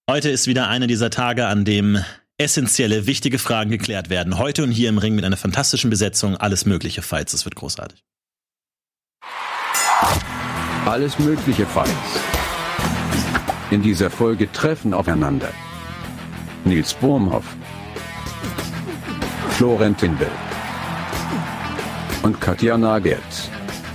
Heute ist wieder einer dieser Tage, an dem essentielle, wichtige Fragen geklärt werden. Heute und hier im Ring mit einer fantastischen Besetzung. Alles mögliche Fights. Es wird großartig. Alles mögliche Fights. In dieser Folge treffen aufeinander Nils Bohmhoff, Florentin Will und Katjana Gerz.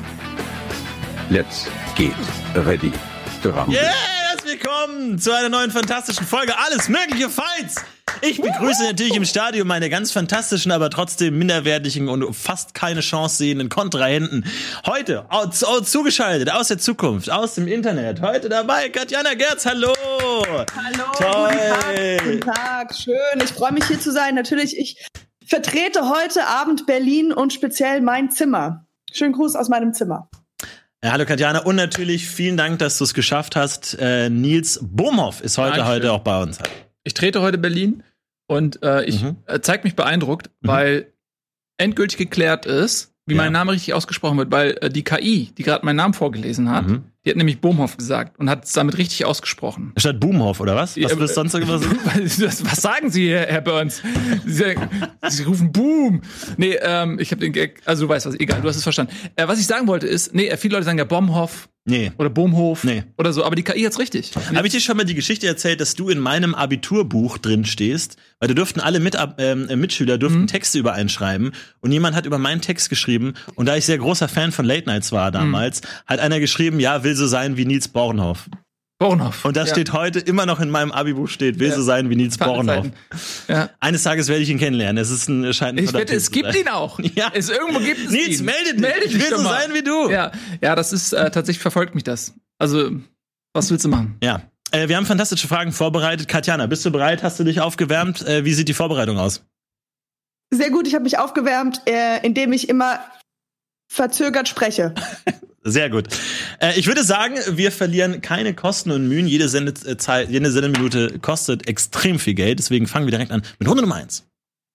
Let's get ready to rumble. Yes, willkommen zu einer neuen fantastischen Folge Alles mögliche Fights. Ich begrüße natürlich im Stadion meine ganz fantastischen, aber trotzdem minderwertigen und fast keine Chance sehenden Kontrahenten. Heute zugeschaltet aus der Zukunft, aus dem Internet. Heute dabei Katjana Gerz. Hallo. Hallo. Toll. Guten Tag. Schön. Ich freue mich hier zu sein. Natürlich, ich vertrete heute Abend Berlin und speziell mein Zimmer. Schönen Gruß aus meinem Zimmer. Ja, hallo Katjana und natürlich vielen Dank, dass du es geschafft hast. Nils Bohmhoff ist heute auch bei uns. Ich trete heute Berlin und ich zeige mich beeindruckt, weil endgültig geklärt ist, wie mein Name richtig ausgesprochen wird, weil die KI, die gerade meinen Namen vorgelesen hat, die hat nämlich Bohmhoff gesagt und hat es damit richtig ausgesprochen. Statt Boomhoff, oder was? Was willst du sonst irgendwas sagen? Was sagen Sie, Herr Burns? Sie rufen Boom. Nee, ich habe den Gag, also du weißt was, egal, du hast es verstanden. Was ich sagen wollte ist, viele Leute sagen ja Bohmhoff. Nee. Oder Bohmhof. Nee. Oder so, aber die KI hat's richtig. Habe ich dir schon mal die Geschichte erzählt, dass du in meinem Abiturbuch drin stehst? Weil da durften alle Mitschüler Texte übereinschreiben und jemand hat über meinen Text geschrieben und da ich sehr großer Fan von Late Nights war damals, hat einer geschrieben, ja, will so sein wie Nils Bohmhoff. Bohmhoff. Und das steht heute immer noch in meinem Abi-Buch steht, will so sein wie Nils Bohmhoff. Ja. Eines Tages werde ich ihn kennenlernen. Es ist scheint ein Ich wette, es gibt ihn auch. Ja. Irgendwo gibt es Nils, ihn. melde dich. Ich will so sein wie du. Ja, das ist tatsächlich verfolgt mich das. Also, was willst du machen? Ja. Wir haben fantastische Fragen vorbereitet. Katjana, bist du bereit? Hast du dich aufgewärmt? Wie sieht die Vorbereitung aus? Sehr gut, ich habe mich aufgewärmt, indem ich immer verzögert spreche. Sehr gut. Ich würde sagen, wir verlieren keine Kosten und Mühen. Jede Sendeminute kostet extrem viel Geld. Deswegen fangen wir direkt an mit Runde Nummer 1.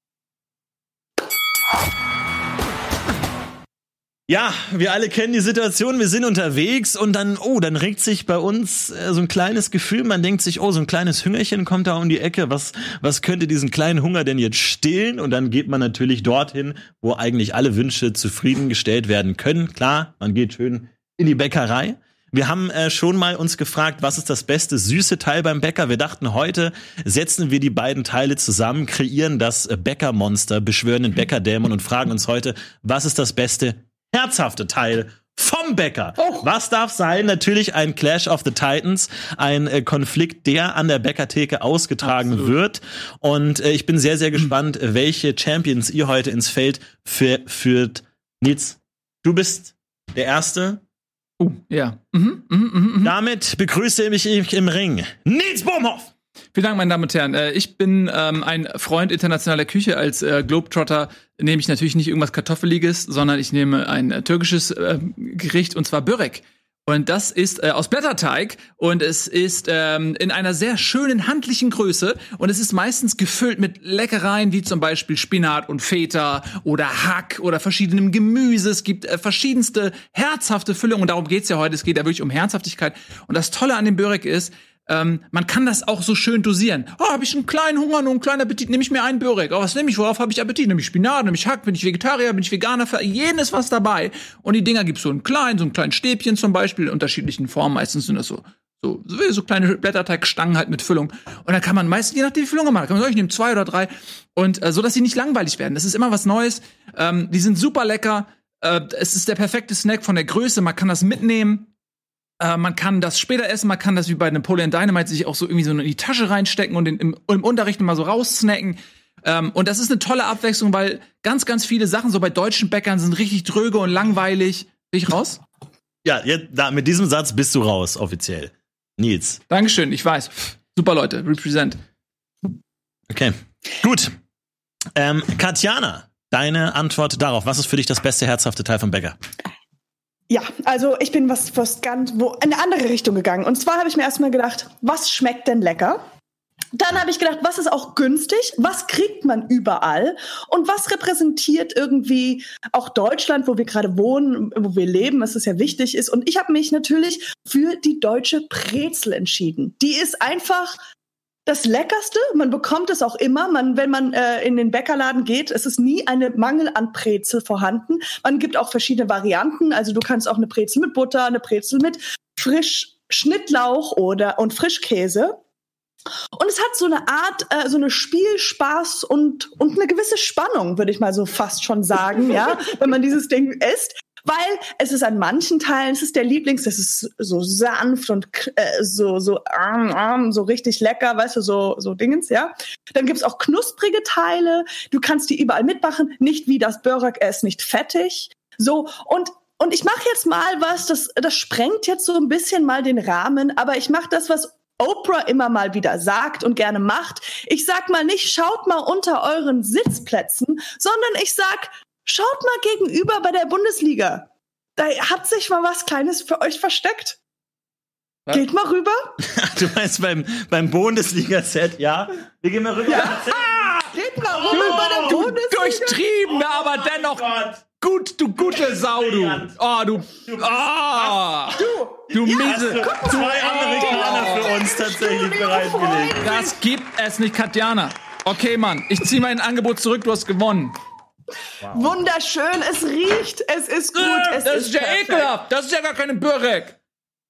Ja, wir alle kennen die Situation, wir sind unterwegs und dann regt sich bei uns so ein kleines Gefühl, man denkt sich, so ein kleines Hüngerchen kommt da um die Ecke, was könnte diesen kleinen Hunger denn jetzt stillen? Und dann geht man natürlich dorthin, wo eigentlich alle Wünsche zufriedengestellt werden können. Klar, man geht schön in die Bäckerei. Wir haben schon mal uns gefragt, was ist das beste süße Teil beim Bäcker? Wir dachten, heute setzen wir die beiden Teile zusammen, kreieren das Bäckermonster, beschwören den Bäckerdämon und fragen uns heute, was ist das beste herzhafte Teil vom Bäcker. Was darf sein? Natürlich ein Clash of the Titans, ein Konflikt, der an der Bäckertheke ausgetragen wird. Und ich bin sehr, sehr gespannt, welche Champions ihr heute ins Feld führt. Nils, du bist der Erste. Ja. Damit begrüße ich im Ring Nils Bohmhoff. Vielen Dank, meine Damen und Herren. Ich bin ein Freund internationaler Küche. Als Globetrotter nehme ich natürlich nicht irgendwas Kartoffeliges, sondern ich nehme ein türkisches Gericht, und zwar Börek. Und das ist aus Blätterteig und es ist in einer sehr schönen handlichen Größe und es ist meistens gefüllt mit Leckereien wie zum Beispiel Spinat und Feta oder Hack oder verschiedenem Gemüse. Es gibt verschiedenste herzhafte Füllungen und darum geht's ja heute. Es geht ja wirklich um Herzhaftigkeit. Und das Tolle an dem Börek ist, man kann das auch so schön dosieren. Habe ich einen kleinen Hunger, nur einen kleinen Appetit, nehme ich mir einen Börek. Was nehme ich, worauf habe ich Appetit? Nehme ich Spinat, nehme ich Hack, bin ich Vegetarier, bin ich Veganer, für jeden ist was dabei. Und die Dinger gibt's so ein kleinen Stäbchen zum Beispiel, in unterschiedlichen Formen. Meistens sind das so kleine Blätterteigstangen halt mit Füllung. Und dann kann man meistens, je nachdem wie Füllung man macht, kann man sagen, ich nehme 2 oder 3. Und so, dass sie nicht langweilig werden. Das ist immer was Neues. Die sind super lecker. Es ist der perfekte Snack von der Größe. Man kann das mitnehmen. Man kann das später essen, man kann das wie bei Napoleon Dynamite sich auch so irgendwie so in die Tasche reinstecken und im Unterricht mal so raussnacken. Und das ist eine tolle Abwechslung, weil ganz, ganz viele Sachen so bei deutschen Bäckern sind richtig dröge und langweilig. Bin ich raus? Ja, mit diesem Satz bist du raus, offiziell. Nils. Dankeschön, ich weiß. Super Leute, represent. Okay, gut. Katjana, deine Antwort darauf. Was ist für dich das beste herzhafte Teil vom Bäcker? Ja, also ich bin was ganz in eine andere Richtung gegangen. Und zwar habe ich mir erstmal gedacht, was schmeckt denn lecker? Dann habe ich gedacht, was ist auch günstig? Was kriegt man überall? Und was repräsentiert irgendwie auch Deutschland, wo wir gerade wohnen, wo wir leben, was es ja wichtig ist? Und ich habe mich natürlich für die deutsche Brezel entschieden. Die ist einfach das Leckerste. Man bekommt es auch immer. Wenn man in den Bäckerladen geht, es ist nie eine Mangel an Brezel vorhanden. Man gibt auch verschiedene Varianten. Also du kannst auch eine Brezel mit Butter, eine Brezel mit Schnittlauch und Frischkäse. Und es hat so eine Art, so eine Spielspaß und eine gewisse Spannung, würde ich mal so fast schon sagen, ja, wenn man dieses Ding isst. Weil es ist an manchen Teilen, es ist der Lieblings, das ist so sanft und so richtig lecker, weißt du, so Dingens, ja. Dann gibt's auch knusprige Teile, du kannst die überall mitmachen, nicht wie das Börek, er ist nicht fettig. So, und ich mache jetzt mal was, das sprengt jetzt so ein bisschen mal den Rahmen, aber ich mache das, was Oprah immer mal wieder sagt und gerne macht. Ich sag mal nicht, schaut mal unter euren Sitzplätzen, sondern ich sag, schaut mal gegenüber bei der Bundesliga. Da hat sich mal was Kleines für euch versteckt. Was? Geht mal rüber. Du meinst beim Bundesliga-Set, ja? Wir gehen mal rüber. Ja. Geht mal rüber bei der Bundesliga. Durchtrieben, aber dennoch gut, du gute Sau, du. Oh, du miese. Zwei Amerikaner für uns tatsächlich bereitgelegt. Das gibt es nicht, Katjana. Okay, Mann, ich ziehe mein Angebot zurück, du hast gewonnen. Wow. Wunderschön, es riecht, es ist gut, das ist ja perfekt. Ekelhaft, das ist ja gar keine Börek.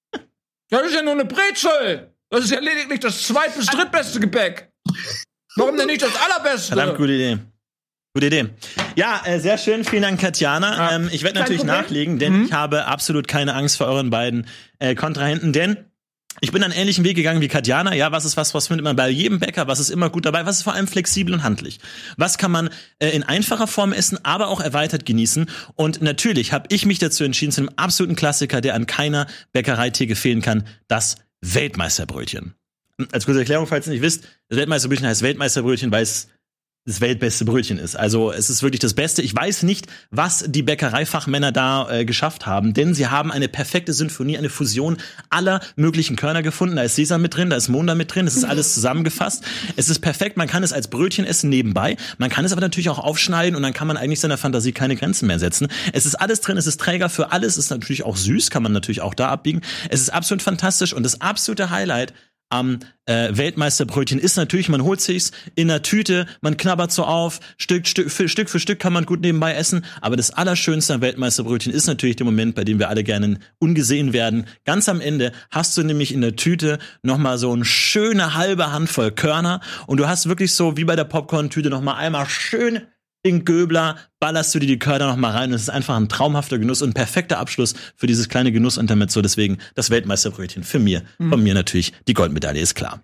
Das ist ja nur eine Brezel. Das ist ja lediglich das bis drittbeste Gebäck. Warum denn nicht das allerbeste? Verdammt, gute Idee. Gute Idee. Ja, sehr schön. Vielen Dank, Katjana. Ja. Ich werde natürlich nachlegen, denn ich habe absolut keine Angst vor euren beiden Kontrahenten, denn ich bin einen ähnlichen Weg gegangen wie Katjana. Ja, was findet man bei jedem Bäcker? Was ist immer gut dabei? Was ist vor allem flexibel und handlich? Was kann man in einfacher Form essen, aber auch erweitert genießen? Und natürlich habe ich mich dazu entschieden, zu einem absoluten Klassiker, der an keiner Bäckereitheke fehlen kann, das Weltmeisterbrötchen. Als kurze Erklärung, falls ihr nicht wisst, das Weltmeisterbrötchen heißt Weltmeisterbrötchen, weil es das weltbeste Brötchen ist. Also es ist wirklich das Beste. Ich weiß nicht, was die Bäckereifachmänner da geschafft haben, denn sie haben eine perfekte Sinfonie, eine Fusion aller möglichen Körner gefunden. Da ist Sesam mit drin, da ist Munda mit drin, es ist alles zusammengefasst. Es ist perfekt, man kann es als Brötchen essen nebenbei, man kann es aber natürlich auch aufschneiden und dann kann man eigentlich seiner Fantasie keine Grenzen mehr setzen. Es ist alles drin, es ist Träger für alles, es ist natürlich auch süß, kann man natürlich auch da abbiegen. Es ist absolut fantastisch und das absolute Highlight am Weltmeisterbrötchen ist natürlich, man holt sich's in einer Tüte, man knabbert so auf, Stück für Stück kann man gut nebenbei essen, aber das Allerschönste am Weltmeisterbrötchen ist natürlich der Moment, bei dem wir alle gerne ungesehen werden. Ganz am Ende hast du nämlich in der Tüte nochmal so eine schöne halbe Handvoll Körner und du hast wirklich so, wie bei der Popcorn-Tüte, nochmal einmal schön in Göbler, ballerst du dir die Körner noch mal rein und es ist einfach ein traumhafter Genuss und ein perfekter Abschluss für dieses kleine Genussintermezzo. Deswegen das Weltmeisterbrötchen von mir natürlich die Goldmedaille, ist klar.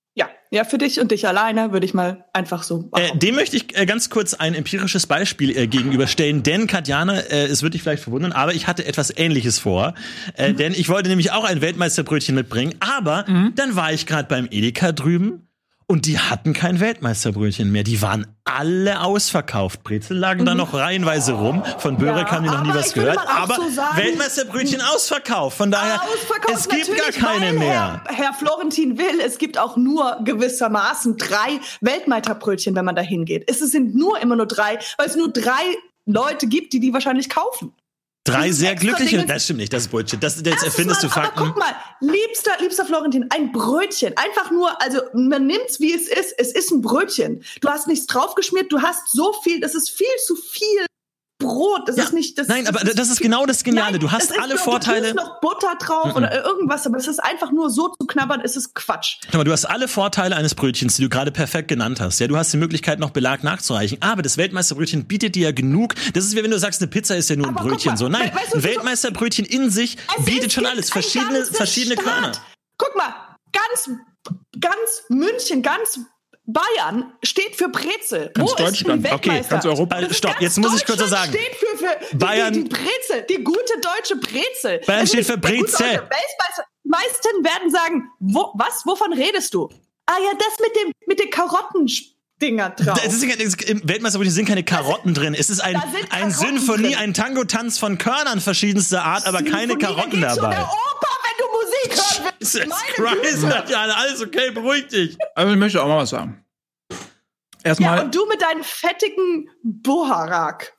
Ja, für dich und dich alleine würde ich mal einfach so machen. Dem möchte ich ganz kurz ein empirisches Beispiel gegenüberstellen, denn Katjana, es wird dich vielleicht verwundern, aber ich hatte etwas Ähnliches vor, denn ich wollte nämlich auch ein Weltmeisterbrötchen mitbringen, aber dann war ich gerade beim Edeka drüben. Und die hatten kein Weltmeisterbrötchen mehr. Die waren alle ausverkauft. Brezel lagen da noch reihenweise rum. Von Börek haben die noch nie was gehört. Aber so sagen, Weltmeisterbrötchen ausverkauft. Von daher, es gibt gar keine mehr. Herr Florentin Will, es gibt auch nur gewissermaßen 3 Weltmeisterbrötchen, wenn man da hingeht. Es sind immer nur 3, weil es nur 3 Leute gibt, die wahrscheinlich kaufen. 3 sehr glückliche, das stimmt nicht, das ist Bullshit. Jetzt erfindest du Fakten. Aber guck mal, liebster Florentin, ein Brötchen. Einfach nur, also man nimmt's wie es ist. Es ist ein Brötchen. Du hast nichts draufgeschmiert, du hast so viel, das ist viel zu viel Brot. Das ist nicht das. Nein, aber das ist genau das Geniale. Du hast alle Vorteile. Du hast noch Butter drauf oder irgendwas, aber es ist einfach nur so zu knabbern, es ist Quatsch. Schau mal, du hast alle Vorteile eines Brötchens, die du gerade perfekt genannt hast. Ja, du hast die Möglichkeit, noch Belag nachzureichen. Aber das Weltmeisterbrötchen bietet dir ja genug. Das ist wie wenn du sagst, eine Pizza ist ja nur ein Brötchen. Mal, so, nein, ein Weltmeisterbrötchen in sich bietet schon alles. Verschiedene Körner. Guck mal, ganz München, ganz Bayern steht für Brezel. Ganz Deutschland, okay, ganz Europa. Stopp, jetzt muss ich kurz so sagen. Steht für Bayern, die Brezel, die gute deutsche Brezel. Bayern steht für Brezel. Die meisten werden sagen, wovon redest du? Ah ja, das mit den Karottendinger drauf. Im Weltmeisterbrötchen sind keine Karotten drin. Es ist ein Sinfonie, drin. Ein Tango-Tanz von Körnern verschiedenster Art, aber keine Karotten dabei. Der Opa, wenn du Musik hören willst. Jesus Christ, ja, alles okay, beruhig dich. Aber ich möchte auch mal was sagen. Erstmal. Ja, und du mit deinem fettigen Boharak.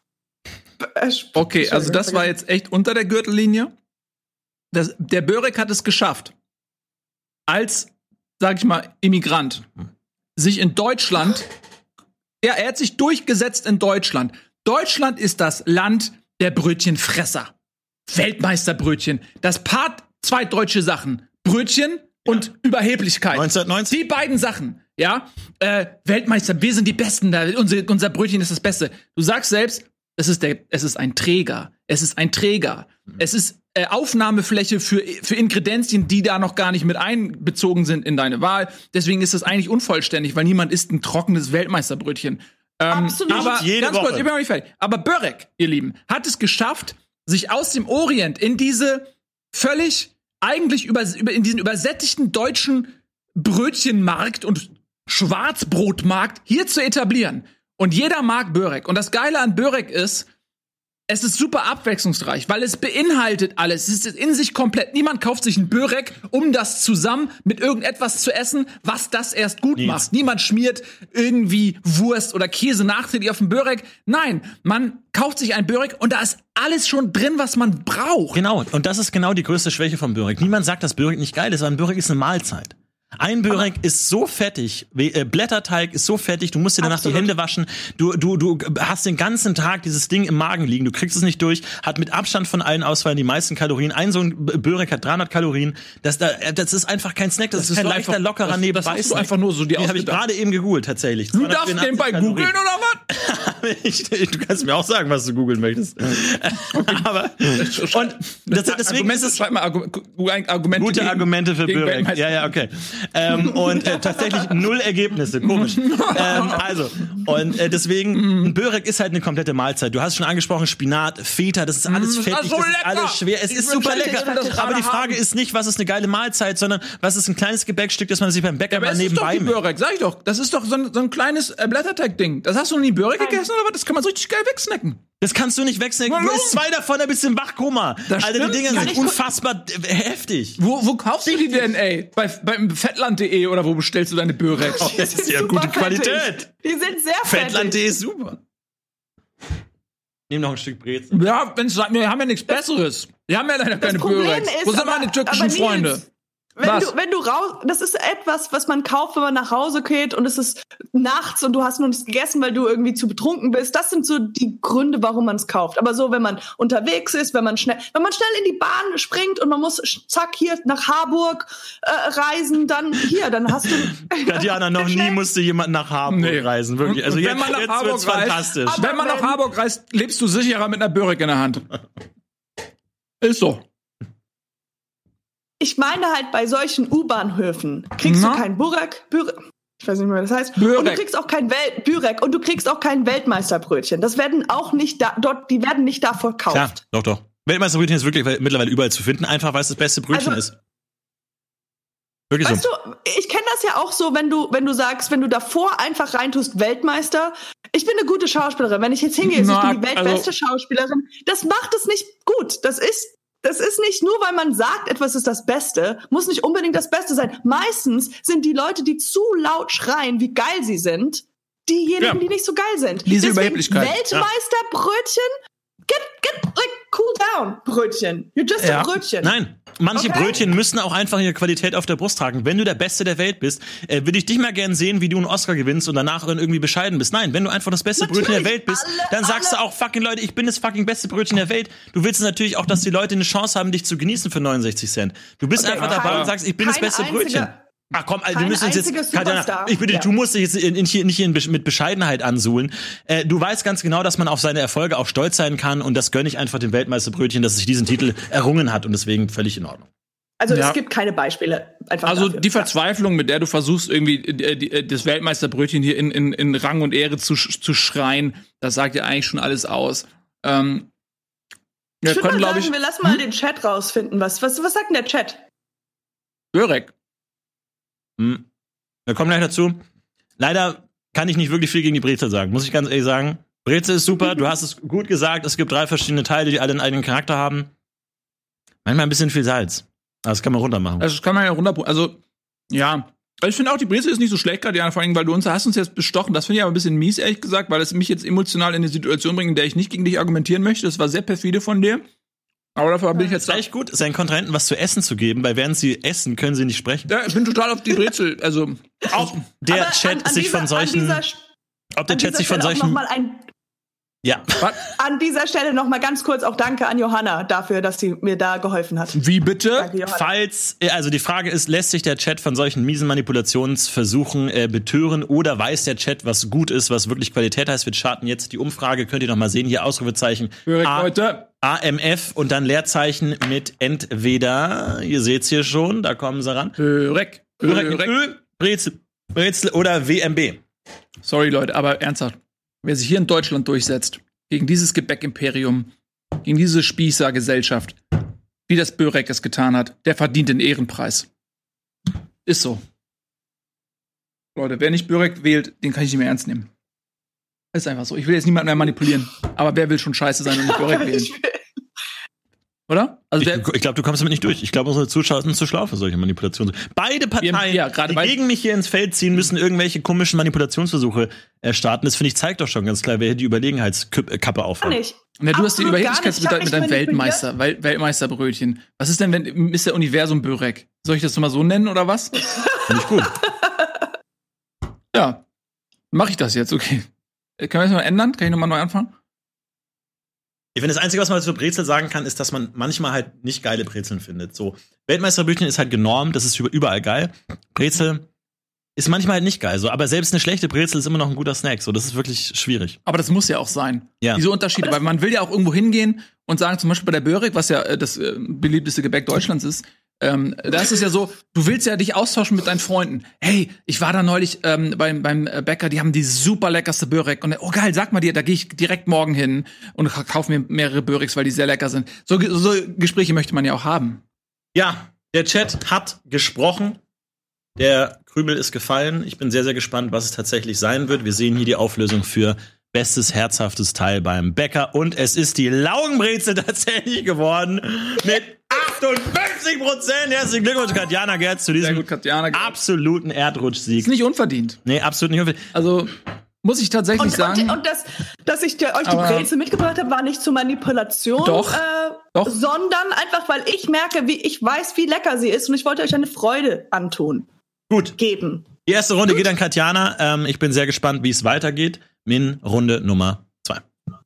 Okay, also das war jetzt echt unter der Gürtellinie. Der Börek hat es geschafft, als sag ich mal, Immigrant, sich in Deutschland, er hat sich durchgesetzt in Deutschland. Deutschland ist das Land der Brötchenfresser. Weltmeisterbrötchen. Das Part zwei deutsche Sachen. Brötchen und Überheblichkeit. 1990. Die beiden Sachen, ja. Weltmeister, wir sind die Besten, unser Brötchen ist das Beste. Du sagst selbst, es ist ein Träger. Es ist ein Träger. Es ist Aufnahmefläche für Ingredienzien, die da noch gar nicht mit einbezogen sind in deine Wahl. Deswegen ist das eigentlich unvollständig, weil niemand isst ein trockenes Weltmeisterbrötchen. Absolut. Aber Jede ganz kurz, Woche. ich bin noch nicht fertig. Aber Börek, ihr Lieben, hat es geschafft, sich aus dem Orient in diese völlig eigentlich in diesen übersättigten deutschen Brötchenmarkt und Schwarzbrotmarkt hier zu etablieren. Und jeder mag Börek. Und das Geile an Börek ist, es ist super abwechslungsreich, weil es beinhaltet alles. Es ist in sich komplett. Niemand kauft sich ein Börek, um das zusammen mit irgendetwas zu essen, was das erst gut macht. Niemand schmiert irgendwie Wurst oder Käse nachträglich auf den Börek. Nein, man kauft sich ein Börek und da ist alles schon drin, was man braucht. Genau, und das ist genau die größte Schwäche vom Börek. Niemand sagt, dass Börek nicht geil ist, aber ein Börek ist eine Mahlzeit. Ein Börek ist so fettig, Blätterteig ist so fettig, du musst dir danach die Hände waschen, du hast den ganzen Tag dieses Ding im Magen liegen, du kriegst es nicht durch, hat mit Abstand von allen Ausfallen die meisten Kalorien. Ein so ein Börek hat 300 Kalorien, das ist einfach kein Snack, das ist kein leichter, lockerer Nebenbei. Das hast du einfach nur so die habe ich gerade eben gegoogelt, tatsächlich. Du darfst den bei googeln oder was? Du kannst mir auch sagen, was du googeln möchtest. Aber und deswegen ist es Argumente gute Argumente für Börek. Ja, okay. Und tatsächlich 0 Ergebnisse, komisch. Deswegen, ein Börek ist halt eine komplette Mahlzeit. Du hast schon angesprochen, Spinat, Feta, das ist alles fettig, so das ist lecker. alles schwer. Es ist super lecker. Aber die Frage ist nicht, was ist eine geile Mahlzeit, sondern was ist ein kleines Gebäckstück, das man sich beim Bäcker mal nebenbei nimmt. Börek, sag ich doch. Das ist doch so ein kleines Blätterteig-Ding. Das hast du noch nie Börek gegessen, oder was? Das kann man so richtig geil wegsnacken. Das kannst du nicht wegsnacken. Du isst 2 davon, ein bisschen Wachkoma. Alter, die Dinger sind unfassbar heftig. Wo kaufst du die denn, ey? Beim Fettland.de oder wo bestellst du deine Börek? Oh, das ist ja gute Qualität. Die sind sehr fettig. Fettland.de ist super. Nimm noch ein Stück Brezel. Ja, wir haben ja nichts Besseres. Wir haben ja leider keine Börek. Wo sind meine türkischen Freunde? Wenn du raus, das ist etwas, was man kauft, wenn man nach Hause geht und es ist nachts und du hast noch nichts gegessen, weil du irgendwie zu betrunken bist. Das sind so die Gründe, warum man es kauft. Aber so, wenn man unterwegs ist, wenn man schnell in die Bahn springt und man muss zack hier nach Harburg reisen, dann hast du. Katjana, noch nie musste jemand nach Harburg reisen, wirklich. Also wenn man nach Harburg reist, wenn man nach Harburg reist, lebst du sicherer mit einer Börek in der Hand. Ist so. Ich meine halt, bei solchen U-Bahnhöfen kriegst du kein Börek. Ich weiß nicht mehr, wie das heißt. Börek. Und du kriegst auch kein Börek und du kriegst auch kein Weltmeisterbrötchen. Das werden auch nicht die werden nicht da verkauft. Ja, doch. Weltmeisterbrötchen ist wirklich mittlerweile überall zu finden, einfach weil es das beste Brötchen ist. Wirklich weißt du, ich kenne das ja auch so, wenn du sagst, wenn du davor einfach reintust, Weltmeister. Ich bin eine gute Schauspielerin. Wenn ich jetzt hingehe, ich bin die weltbeste Schauspielerin. Das macht es nicht gut. Das ist nicht nur, weil man sagt, etwas ist das Beste, muss nicht unbedingt das Beste sein. Meistens sind die Leute, die zu laut schreien, wie geil sie sind, diejenigen, die nicht so geil sind. Diese Überheblichkeit. Weltmeisterbrötchen, cool down, Brötchen. You're just a Brötchen. Nein, manche Brötchen müssen auch einfach ihre Qualität auf der Brust tragen. Wenn du der Beste der Welt bist, würde ich dich mal gern sehen, wie du einen Oscar gewinnst und danach dann irgendwie bescheiden bist. Nein, wenn du einfach das beste Brötchen der Welt bist, dann sagst du auch, fucking Leute, ich bin das fucking beste Brötchen der Welt. Du willst natürlich auch, dass die Leute eine Chance haben, dich zu genießen für 69 Cent. Du bist einfach dabei und sagst, ich bin das beste Brötchen. Ach komm, wir müssen uns jetzt, Katjana, ich bitte, du musst dich jetzt nicht mit Bescheidenheit ansuhlen. Du weißt ganz genau, dass man auf seine Erfolge auch stolz sein kann und das gönne ich einfach dem Weltmeisterbrötchen, dass sich diesen Titel errungen hat und deswegen völlig in Ordnung. Also es gibt keine Beispiele. Einfach also dafür. Die Verzweiflung, mit der du versuchst, irgendwie das Weltmeisterbrötchen hier in Rang und Ehre zu schreien, das sagt ja eigentlich schon alles aus. Ich würde mal sagen, wir lassen mal den Chat rausfinden. Was sagt denn der Chat? Börek. Wir kommen gleich dazu. Leider kann ich nicht wirklich viel gegen die Brezel sagen, muss ich ganz ehrlich sagen. Brezel ist super, du hast es gut gesagt, es gibt 3 verschiedene Teile, die alle einen eigenen Charakter haben. Manchmal ein bisschen viel Salz. Aber das kann man runter machen. Das kann man ja runter. Also, ja. Ich finde auch, die Brezel ist nicht so schlecht gerade, Jana, vor allem, weil du hast uns jetzt bestochen. Das finde ich aber ein bisschen mies, ehrlich gesagt, weil es mich jetzt emotional in eine Situation bringt, in der ich nicht gegen dich argumentieren möchte. Das war sehr perfide von dir. Aber dafür bin ich jetzt Ist echt gut, seinen Kontrahenten was zu essen zu geben, weil während sie essen, können sie nicht sprechen. Ja, ich bin total auf die Brezel. Also, Ob der Chat sich von solchen. Ob der Chat sich von solchen. Ja. An dieser Stelle noch mal ganz kurz auch Danke an Johanna dafür, dass sie mir da geholfen hat. Wie bitte? Danke, Also die Frage ist, lässt sich der Chat von solchen miesen Manipulationsversuchen betören oder weiß der Chat, was gut ist, was wirklich Qualität heißt? Wir starten jetzt die Umfrage, könnt ihr noch mal sehen, hier Ausrufezeichen AMF und dann Leerzeichen mit entweder, ihr seht's hier schon, da kommen sie ran. Börek. Brezel oder WMB. Sorry Leute, aber ernsthaft. Wer sich hier in Deutschland durchsetzt, gegen dieses Gebäck-Imperium, gegen diese Spießer-Gesellschaft, wie das Börek es getan hat, der verdient den Ehrenpreis. Ist so. Leute, wer nicht Börek wählt, den kann ich nicht mehr ernst nehmen. Ist einfach so. Ich will jetzt niemanden mehr manipulieren. Aber wer will schon scheiße sein und nicht Börek wählen? Oder? Also ich glaube, du kommst damit nicht durch. Ich glaube, unsere Zuschauer sind zu schlau für solche Manipulationen. Beide Parteien, die gegen mich hier ins Feld ziehen, müssen irgendwelche komischen Manipulationsversuche starten. Das, finde ich, zeigt doch schon ganz klar, wer hier die Überlegenheitskappe aufhat. Na, du hast die Überheblichkeit mit deinem Weltmeisterbrötchen. Was ist denn, wenn Mr. Universum Börek? Soll ich das nochmal so nennen, oder was? Finde ich gut. Ja, mache ich das jetzt, okay. Können wir das mal ändern? Kann ich nochmal neu anfangen? Ich finde, das Einzige, was man zu Brezel sagen kann, ist, dass man manchmal halt nicht geile Brezeln findet. So, Weltmeisterbrötchen ist halt genormt, das ist überall geil. Brezel ist manchmal halt nicht geil, so, aber selbst eine schlechte Brezel ist immer noch ein guter Snack, so, das ist wirklich schwierig. Aber das muss ja auch sein. Ja. Diese Unterschiede, weil man will ja auch irgendwo hingehen und sagen, zum Beispiel bei der Börek, was ja das beliebteste Gebäck Deutschlands ist, da ist es ja so, du willst ja dich austauschen mit deinen Freunden. Hey, ich war da neulich beim Bäcker, die haben die super leckerste Börek. Und oh geil, sag mal dir, da gehe ich direkt morgen hin und kaufe mir mehrere Böreks, weil die sehr lecker sind. So Gespräche möchte man ja auch haben. Ja, der Chat hat gesprochen. Der Krümel ist gefallen. Ich bin sehr, sehr gespannt, was es tatsächlich sein wird. Wir sehen hier die Auflösung für bestes, herzhaftes Teil beim Bäcker. Und es ist die Laugenbrezel tatsächlich geworden mit 58%. Herzlichen Glückwunsch, Katjana Gerz, zu diesem absoluten Erdrutschsieg. Ist nicht unverdient. Nee, absolut nicht unverdient. Also, muss ich tatsächlich sagen. Und dass ich euch die Brezel mitgebracht habe, war nicht zur Manipulation. Doch. Sondern einfach, weil ich merke, ich weiß, wie lecker sie ist und ich wollte euch eine Freude antun. Geben. Die erste Runde geht an Katjana. Ich bin sehr gespannt, wie es weitergeht. Min Runde Nummer 2.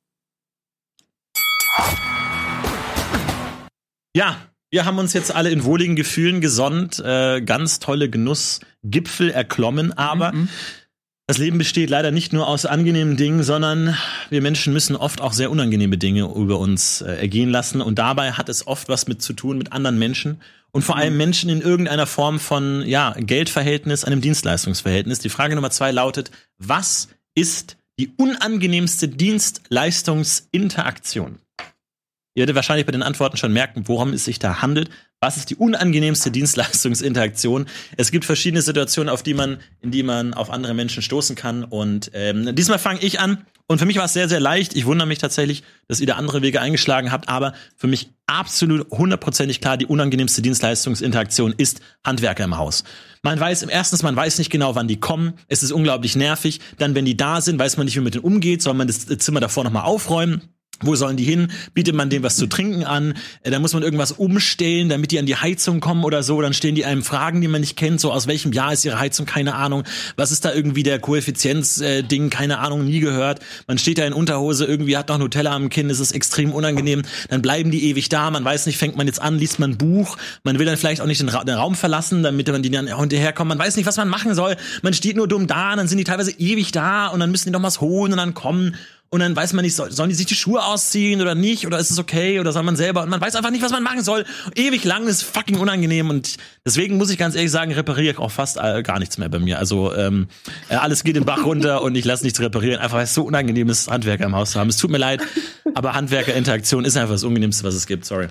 Ja, wir haben uns jetzt alle in wohligen Gefühlen gesonnt, ganz tolle Genussgipfel erklommen, aber das Leben besteht leider nicht nur aus angenehmen Dingen, sondern wir Menschen müssen oft auch sehr unangenehme Dinge über uns ergehen lassen und dabei hat es oft was mit zu tun mit anderen Menschen und vor allem Menschen in irgendeiner Form von Geldverhältnis, einem Dienstleistungsverhältnis. Die Frage Nummer 2 lautet, was ist die unangenehmste Dienstleistungsinteraktion? Ihr werdet wahrscheinlich bei den Antworten schon merken, worum es sich da handelt. Was ist die unangenehmste Dienstleistungsinteraktion? Es gibt verschiedene Situationen, in die man auf andere Menschen stoßen kann. Und diesmal fange ich an. Und für mich war es sehr, sehr leicht. Ich wundere mich tatsächlich, dass ihr da andere Wege eingeschlagen habt. Aber für mich absolut 100%ig klar, die unangenehmste Dienstleistungsinteraktion ist Handwerker im Haus. Man weiß nicht genau, wann die kommen. Es ist unglaublich nervig. Dann, wenn die da sind, weiß man nicht, wie man mit denen umgeht. Soll man das Zimmer davor nochmal aufräumen? Wo sollen die hin? Bietet man denen was zu trinken an? Dann muss man irgendwas umstellen, damit die an die Heizung kommen oder so. Dann stellen die einem Fragen, die man nicht kennt. So, aus welchem Jahr ist ihre Heizung? Keine Ahnung. Was ist da irgendwie der Koeffizienz-Ding? Keine Ahnung, nie gehört. Man steht da in Unterhose, irgendwie hat noch Nutella am Kinn. Es ist extrem unangenehm. Dann bleiben die ewig da. Man weiß nicht, fängt man jetzt an, liest man ein Buch. Man will dann vielleicht auch nicht den Raum verlassen, damit man die dann hinterherkommt. Man weiß nicht, was man machen soll. Man steht nur dumm da. Und dann sind die teilweise ewig da. Und dann müssen die noch was holen und dann kommen. Und dann weiß man nicht, sollen die sich die Schuhe ausziehen oder nicht? Oder ist es okay? Oder soll man selber? Und man weiß einfach nicht, was man machen soll. Ewig lang ist fucking unangenehm. Und deswegen muss ich ganz ehrlich sagen, repariere ich auch fast gar nichts mehr bei mir. Also alles geht den Bach runter und ich lasse nichts reparieren. Einfach weil es so unangenehm ist, Handwerker im Haus zu haben. Es tut mir leid, aber Handwerkerinteraktion ist einfach das Unangenehmste, was es gibt. Sorry.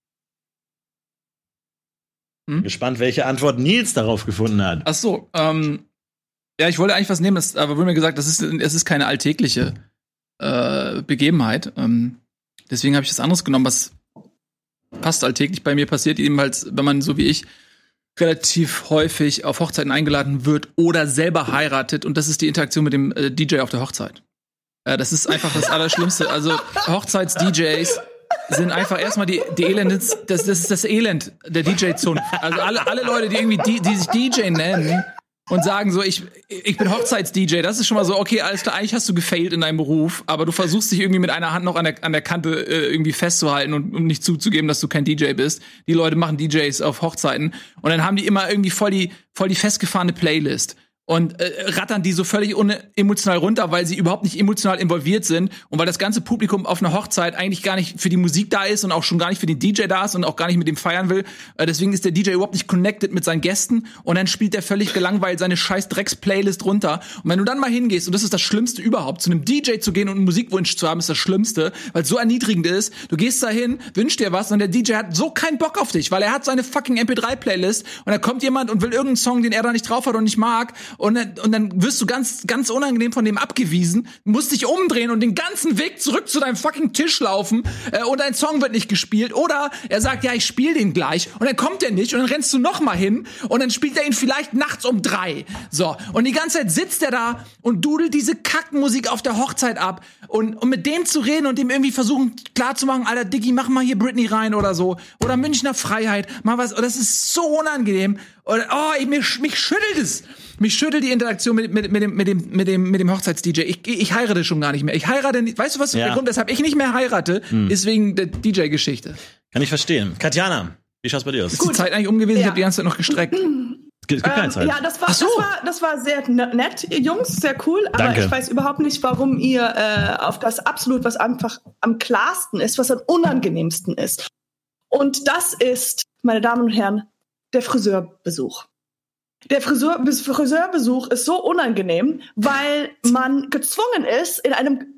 Gespannt, welche Antwort Nils darauf gefunden hat. Ach so, ja, ich wollte eigentlich was nehmen, aber wurde mir gesagt, es ist keine alltägliche Begebenheit. Deswegen habe ich das anderes genommen, was fast alltäglich bei mir passiert, ebenfalls, wenn man so wie ich relativ häufig auf Hochzeiten eingeladen wird oder selber heiratet. Und das ist die Interaktion mit dem DJ auf der Hochzeit. Das ist einfach das Allerschlimmste. Also Hochzeits-DJs sind einfach erstmal die Elend, das ist das Elend der DJ-Zunft. Also alle Leute, die irgendwie die sich DJ nennen und sagen so, ich bin Hochzeits-DJ, das ist schon mal so, okay, alles klar, eigentlich hast du gefailt in deinem Beruf, aber du versuchst dich irgendwie mit einer Hand noch an der Kante irgendwie festzuhalten und um nicht zuzugeben, dass du kein DJ bist. Die Leute machen DJs auf Hochzeiten und dann haben die immer irgendwie voll die festgefahrene Playlist. Und rattern die so völlig unemotional runter, weil sie überhaupt nicht emotional involviert sind und weil das ganze Publikum auf einer Hochzeit eigentlich gar nicht für die Musik da ist und auch schon gar nicht für den DJ da ist und auch gar nicht mit dem feiern will. Deswegen ist der DJ überhaupt nicht connected mit seinen Gästen und dann spielt der völlig gelangweilt seine scheiß Drecks-Playlist runter. Und wenn du dann mal hingehst, und das ist das Schlimmste überhaupt, zu einem DJ zu gehen und einen Musikwunsch zu haben, ist das Schlimmste, weil es so erniedrigend ist. Du gehst da hin, wünschst dir was und der DJ hat so keinen Bock auf dich, weil er hat seine fucking MP3-Playlist und da kommt jemand und will irgendeinen Song, den er da nicht drauf hat und nicht mag. Und dann wirst du ganz, ganz unangenehm von dem abgewiesen, musst dich umdrehen und den ganzen Weg zurück zu deinem fucking Tisch laufen und dein Song wird nicht gespielt. Oder er sagt, ja, ich spiele den gleich und dann kommt er nicht und dann rennst du noch mal hin und dann spielt er ihn vielleicht nachts um 3. So, und die ganze Zeit sitzt er da und dudelt diese Kackmusik auf der Hochzeit ab und mit dem zu reden und dem irgendwie versuchen klarzumachen, Alter, Diggi, mach mal hier Britney rein oder so. Oder Münchner Freiheit, mal was. Und das ist so unangenehm. Und, mich schüttelt es. Mich schüttelt die Interaktion mit dem Hochzeits-DJ. Ich heirate schon gar nicht mehr. Ich heirate nicht. Weißt du, was der Grund, weshalb ich nicht mehr heirate, ist wegen der DJ-Geschichte. Kann ich verstehen. Katjana, wie schaut's bei dir aus? Ist die Zeit eigentlich um gewesen? Ich habe die ganze Zeit noch gestreckt. Es gibt keine Zeit. Ja, das war sehr nett, Jungs, sehr cool. Aber Danke. Ich weiß überhaupt nicht, warum ihr auf das absolut, was einfach am klarsten ist, was am unangenehmsten ist. Und das ist, meine Damen und Herren, der Friseurbesuch. Der Friseurbesuch ist so unangenehm, weil man gezwungen ist, in einem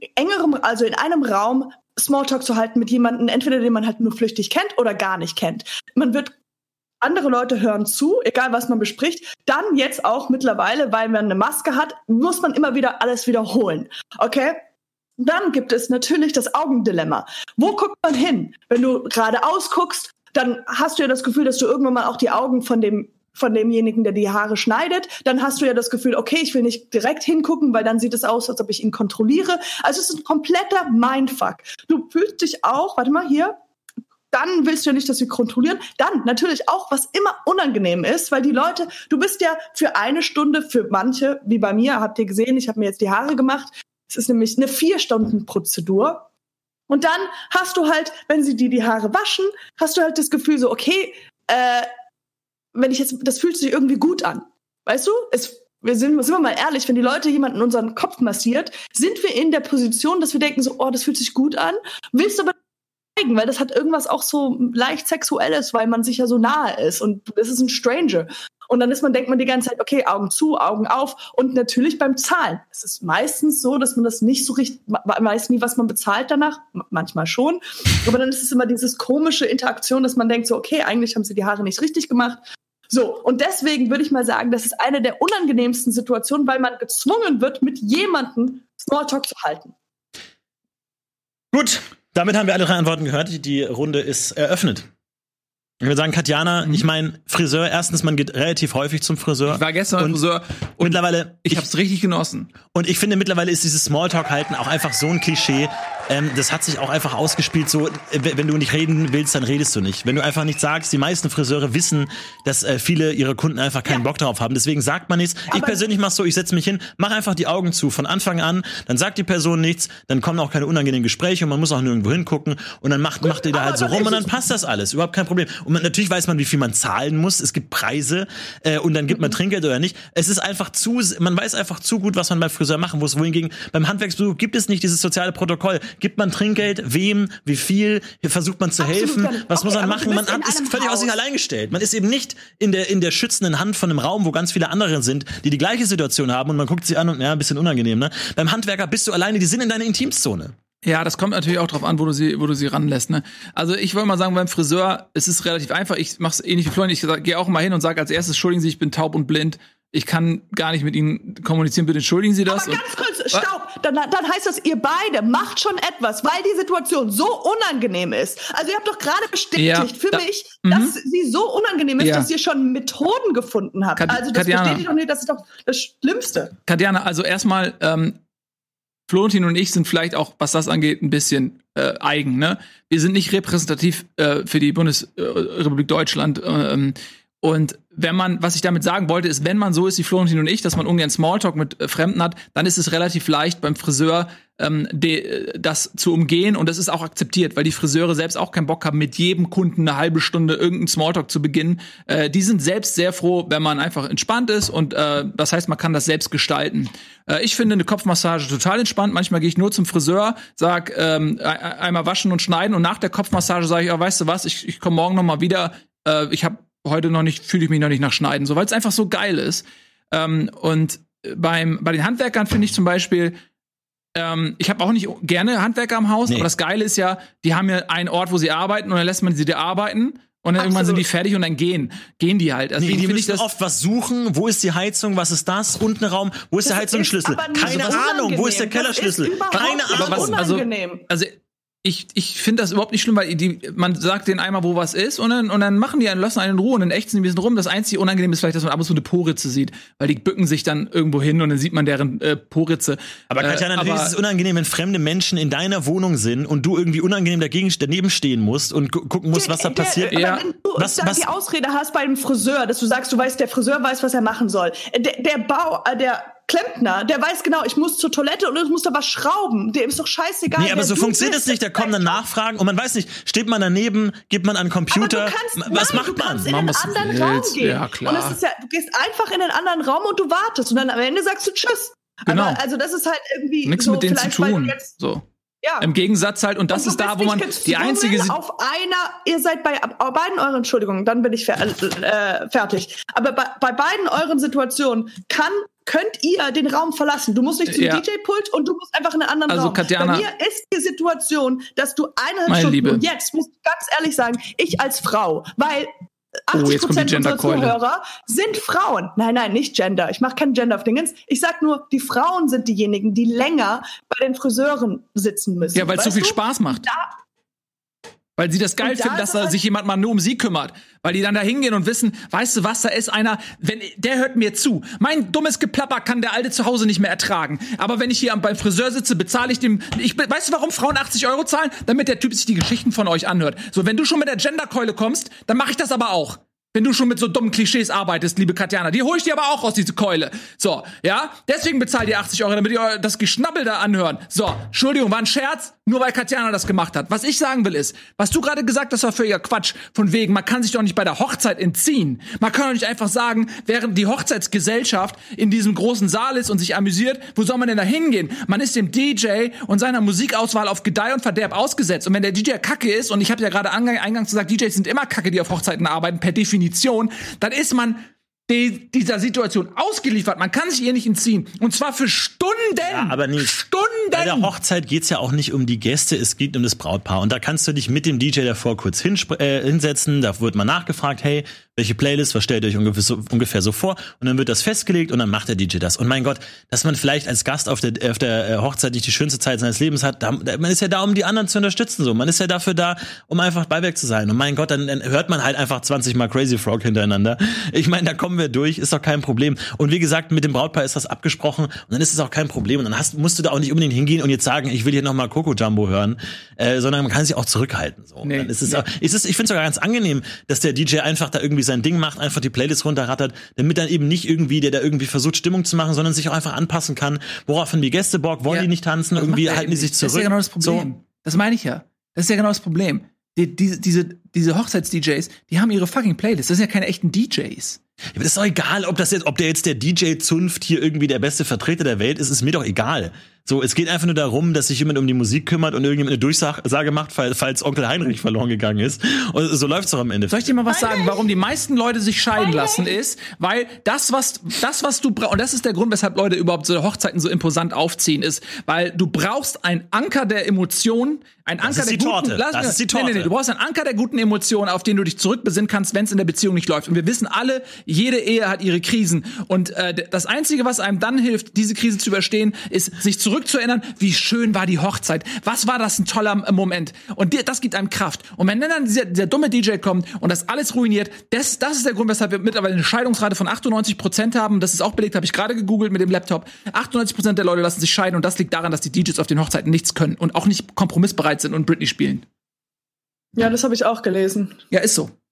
Raum Smalltalk zu halten mit jemandem, entweder den man halt nur flüchtig kennt oder gar nicht kennt. Andere Leute hören zu, egal was man bespricht. Dann jetzt auch mittlerweile, weil man eine Maske hat, muss man immer wieder alles wiederholen. Okay? Dann gibt es natürlich das Augendilemma. Wo guckt man hin? Wenn du geradeaus guckst, dann hast du ja das Gefühl, dass du irgendwann mal auch die Augen von demjenigen, der die Haare schneidet. Dann hast du ja das Gefühl, okay, ich will nicht direkt hingucken, weil dann sieht es aus, als ob ich ihn kontrolliere. Also es ist ein kompletter Mindfuck. Du fühlst dich auch, warte mal, hier, dann willst du ja nicht, dass wir kontrollieren. Dann natürlich auch, was immer unangenehm ist, weil die Leute, du bist ja für eine Stunde, für manche, wie bei mir, habt ihr gesehen, ich habe mir jetzt die Haare gemacht. Es ist nämlich eine 4-Stunden-Prozedur. Und dann hast du halt, wenn sie die Haare waschen, hast du halt das Gefühl so, okay, das fühlt sich irgendwie gut an. Weißt du? Sind wir mal ehrlich, wenn die Leute jemanden unseren Kopf massiert, sind wir in der Position, dass wir denken so, oh, das fühlt sich gut an, willst aber zeigen, weil das hat irgendwas auch so leicht Sexuelles, weil man sich ja so nahe ist und es ist ein Stranger. Und dann denkt man die ganze Zeit, okay, Augen zu, Augen auf. Und natürlich beim Zahlen. Es ist meistens so, dass man das nicht so richtig, weiß nie, was man bezahlt danach. Manchmal schon. Aber dann ist es immer dieses komische Interaktion, dass man denkt so, okay, eigentlich haben sie die Haare nicht richtig gemacht. So, und deswegen würde ich mal sagen, das ist eine der unangenehmsten Situationen, weil man gezwungen wird, mit jemandem Smalltalk zu halten. Gut, damit haben wir alle 3 Antworten gehört. Die Runde ist eröffnet. Ich würde sagen, Katjana, ich meine, Friseur, erstens, man geht relativ häufig zum Friseur. Ich war gestern beim Friseur und mittlerweile, ich hab's richtig genossen. Und ich finde, mittlerweile ist dieses Smalltalk-Halten auch einfach so ein Klischee. Das hat sich auch einfach ausgespielt, so, wenn du nicht reden willst, dann redest du nicht. Wenn du einfach nichts sagst, die meisten Friseure wissen, dass viele ihrer Kunden einfach keinen Bock drauf haben. Deswegen sagt man nichts. Ich persönlich mach's so, ich setze mich hin, mach einfach die Augen zu von Anfang an, dann sagt die Person nichts, dann kommen auch keine unangenehmen Gespräche und man muss auch nirgendwo hingucken und dann macht ihr da halt so rum und dann passt das alles. Überhaupt kein Problem. Und natürlich weiß man, wie viel man zahlen muss. Es gibt Preise und dann gibt man Trinkgeld oder nicht. Es ist einfach man weiß einfach zu gut, was man beim Friseur machen muss. Wohingegen beim Handwerksbesuch gibt es nicht dieses soziale Protokoll. Gibt man Trinkgeld? Wem? Wie viel? Versucht man zu helfen? Was muss man machen? Man ist völlig aus sich allein gestellt. Man ist eben nicht in der schützenden Hand von einem Raum, wo ganz viele andere sind, die gleiche Situation haben und man guckt sie an und ja, ein bisschen unangenehm, ne? Beim Handwerker bist du alleine, die sind in deiner Intimzone. Ja, das kommt natürlich auch drauf an, wo du sie ranlässt, ne? Also ich wollte mal sagen, beim Friseur, es ist relativ einfach. Ich mach's ähnlich wie Florian. Ich gehe auch immer hin und sage als erstes, entschuldigen Sie, ich bin taub und blind. Ich kann gar nicht mit Ihnen kommunizieren, bitte entschuldigen Sie das. Aber ganz kurz, stopp. Dann heißt das, ihr beide macht schon etwas, weil die Situation so unangenehm ist. Also ihr habt doch gerade bestätigt für mich, dass sie so unangenehm ist, dass ihr schon Methoden gefunden habt. Also das Katjana, bestätigt doch nicht, das ist doch das Schlimmste. Katjana, also erstmal, Florentin und ich sind vielleicht auch, was das angeht, ein bisschen eigen, ne? Wir sind nicht repräsentativ für die Bundesrepublik Deutschland. Und was ich damit sagen wollte, ist, wenn man so ist wie Florentin und ich, dass man ungern Smalltalk mit Fremden hat, dann ist es relativ leicht beim Friseur das zu umgehen, und das ist auch akzeptiert, weil die Friseure selbst auch keinen Bock haben, mit jedem Kunden eine halbe Stunde irgendeinen Smalltalk zu beginnen. Die sind selbst sehr froh, wenn man einfach entspannt ist, und das heißt, man kann das selbst gestalten. Ich finde eine Kopfmassage total entspannt. Manchmal gehe ich nur zum Friseur, sag einmal waschen und schneiden, und nach der Kopfmassage sage ich, weißt du was, ich komme morgen noch mal wieder. Ich habe heute fühle ich mich noch nicht nach Schneiden, so, weil es einfach so geil ist. Und bei den Handwerkern finde ich zum Beispiel, ich habe auch nicht gerne Handwerker im Haus, aber das Geile ist ja, die haben ja einen Ort, wo sie arbeiten, und dann lässt man sie da arbeiten. Und dann irgendwann sind die fertig und dann gehen die halt. Also die müssen oft was suchen. Wo ist die Heizung? Was ist das? Unten Raum. Wo ist der Heizungsschlüssel? Keine Ahnung. Wo ist der Kellerschlüssel? Keine Ahnung. Also ich finde das überhaupt nicht schlimm, weil man sagt denen einmal, wo was ist, und dann machen die lassen einen in Ruhe, und dann ächzen die ein bisschen rum. Das einzige Unangenehm ist vielleicht, dass man ab und zu eine Poritze sieht, weil die bücken sich dann irgendwo hin und dann sieht man deren Poritze. Aber Katjana, natürlich ist es unangenehm, wenn fremde Menschen in deiner Wohnung sind und du irgendwie unangenehm daneben stehen musst und gucken musst, was da passiert. Wenn du die Ausrede hast bei dem Friseur, dass du sagst, der Friseur weiß, was er machen soll. Der Klempner, der weiß genau, ich muss zur Toilette und ich muss da was schrauben. Dem ist doch scheißegal. Nee, aber so funktioniert es nicht. Da kommen dann Nachfragen und man weiß nicht, steht man daneben, gibt man an den Computer, was macht man? Du kannst in einen anderen Raum gehen. Ja, klar. Und es ist du gehst einfach in den anderen Raum und du wartest und dann am Ende sagst du Tschüss. Genau. Aber also das ist halt irgendwie nichts so, mit denen zu tun. So. Ja. Im Gegensatz halt, und das ist da, wo man die einzige ihr seid bei beiden euren, Entschuldigung, dann bin ich fertig. Aber bei beiden euren Situationen könnt ihr den Raum verlassen. Du musst nicht zum DJ-Pult und du musst einfach in einen anderen Raum. Katjana, bei mir ist die Situation, dass du 1,5 Stunden, Liebe. Und jetzt muss ich ganz ehrlich sagen, ich als Frau, weil 80% unserer Zuhörer sind Frauen. Nein, nicht Gender. Ich mache kein Gender-Dingens. Ich sag nur, die Frauen sind diejenigen, die länger bei den Friseuren sitzen müssen. Ja, weil es so viel Spaß macht. Weil sie das geil finden, dass da sich jemand mal nur um sie kümmert. Weil die dann da hingehen und wissen, weißt du was, da ist einer, der hört mir zu. Mein dummes Geplapper kann der Alte zu Hause nicht mehr ertragen. Aber wenn ich hier beim Friseur sitze, bezahle ich dem, weißt du, warum Frauen 80 € zahlen? Damit der Typ sich die Geschichten von euch anhört. So, wenn du schon mit der Genderkeule kommst, dann mache ich das aber auch. Wenn du schon mit so dummen Klischees arbeitest, liebe Katjana, die hol ich dir aber auch aus diese Keule. So, ja? Deswegen bezahlt ihr 80 €, damit ihr das Geschnabbel da anhören. So, Entschuldigung, war ein Scherz, nur weil Katjana das gemacht hat. Was ich sagen will ist, was du gerade gesagt hast, war völliger Quatsch. Von wegen, man kann sich doch nicht bei der Hochzeit entziehen. Man kann doch nicht einfach sagen, während die Hochzeitsgesellschaft in diesem großen Saal ist und sich amüsiert, wo soll man denn da hingehen? Man ist dem DJ und seiner Musikauswahl auf Gedeih und Verderb ausgesetzt. Und wenn der DJ kacke ist, und ich habe ja gerade eingangs gesagt, DJs sind immer kacke, die auf Hochzeiten arbeiten, per Definition, dann ist man dieser Situation ausgeliefert. Man kann sich ihr nicht entziehen. Und zwar für Stunden. Ja, aber nicht. Stunden. Bei der Hochzeit geht's ja auch nicht um die Gäste, es geht um das Brautpaar. Und da kannst du dich mit dem DJ davor kurz hinsetzen. Da wird mal nachgefragt, hey, welche Playlist, was stellt ihr euch ungefähr so vor? Und dann wird das festgelegt und dann macht der DJ das. Und mein Gott, dass man vielleicht als Gast auf der Hochzeit nicht die schönste Zeit seines Lebens hat, man ist ja da, um die anderen zu unterstützen. So, man ist ja dafür da, um einfach Beiwerk zu sein. Und mein Gott, dann hört man halt einfach 20 Mal Crazy Frog hintereinander. Ich meine, da kommen wir durch, ist doch kein Problem. Und wie gesagt, mit dem Brautpaar ist das abgesprochen und dann ist es auch kein Problem. Und dann musst du da auch nicht unbedingt hingehen und jetzt sagen, ich will hier nochmal Coco Jumbo hören, sondern man kann sich auch zurückhalten. So. Nee, dann ist es ich finde es sogar ganz angenehm, dass der DJ einfach da irgendwie sein Ding macht, einfach die Playlist runterrattert, damit dann eben nicht irgendwie, der da irgendwie versucht, Stimmung zu machen, sondern sich auch einfach anpassen kann. Worauf haben die Gäste Bock? Wollen die nicht tanzen? Irgendwie halten die sich zurück. Das ist ja genau das Problem. So. Das meine ich ja. Das ist ja genau das Problem. Diese Hochzeits-DJs, die haben ihre fucking Playlist. Das sind ja keine echten DJs. Ja, aber das ist doch egal, ob der jetzt der DJ-Zunft hier irgendwie der beste Vertreter der Welt ist mir doch egal. So, es geht einfach nur darum, dass sich jemand um die Musik kümmert und irgendjemand eine Durchsage macht, falls Onkel Heinrich verloren gegangen ist. Und so läuft's doch am Ende. Soll ich dir mal was sagen, warum die meisten Leute sich scheiden lassen, ist, weil das, was du brauchst, und das ist der Grund, weshalb Leute überhaupt so Hochzeiten so imposant aufziehen, ist, weil du brauchst einen Anker der Emotionen, Das ist die Torte. Nee, du brauchst einen Anker der guten Emotionen, auf den du dich zurückbesinnen kannst, wenn es in der Beziehung nicht läuft. Und wir wissen alle, jede Ehe hat ihre Krisen. Und das Einzige, was einem dann hilft, diese Krise zu überstehen, ist, sich zurückzuerinnern, wie schön war die Hochzeit. Was war das ein toller Moment? Und das gibt einem Kraft. Und wenn dann dieser dumme DJ kommt und das alles ruiniert, das ist der Grund, weshalb wir mittlerweile eine Scheidungsrate von 98% haben. Das ist auch belegt, habe ich gerade gegoogelt mit dem Laptop. 98% der Leute lassen sich scheiden und das liegt daran, dass die DJs auf den Hochzeiten nichts können und auch nicht kompromissbereit sind und Britney spielen. Ja, das habe ich auch gelesen. Ja, ist so.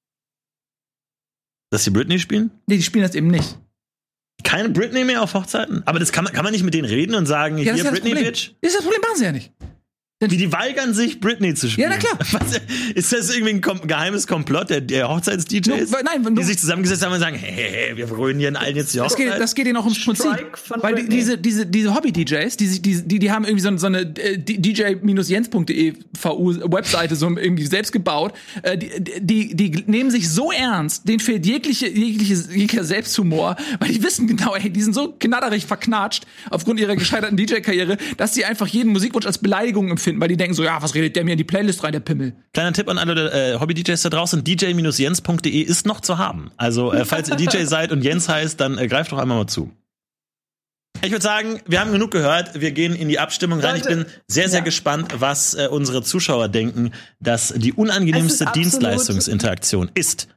Dass die Britney spielen? Nee, die spielen das eben nicht. Keine Britney mehr auf Hochzeiten? Aber das kann man nicht mit denen reden und sagen, Ja, hier, das Britney, Bitch? Das ist das Problem, machen sie ja nicht. Wie die weigern sich, Britney zu spielen. Ja, na klar. Was, ist das irgendwie ein geheimes Komplott der Hochzeits-DJs? Die sich zusammengesetzt haben und sagen, hey, wir ruinieren allen jetzt die Hochzeit. Das geht ihnen auch ums Prinzip. Weil diese Hobby-DJs, die haben irgendwie so eine dj-jens.de VU-Webseite so irgendwie selbst gebaut. Die nehmen sich so ernst, denen fehlt jeglicher Selbsthumor, weil die wissen genau, ey, die sind so knatterig verknatscht aufgrund ihrer gescheiterten DJ-Karriere, dass sie einfach jeden Musikwunsch als Beleidigung empfinden, weil die denken so, ja, was redet der mir in die Playlist rein, der Pimmel. Kleiner Tipp an alle Hobby-DJs da draußen, dj-jens.de ist noch zu haben. Also, falls ihr DJ seid und Jens heißt, dann greift doch einmal mal zu. Ich würde sagen, wir haben genug gehört. Wir gehen in die Abstimmung rein. Ich bin sehr, sehr gespannt, was unsere Zuschauer denken, dass die unangenehmste Dienstleistungsinteraktion ist.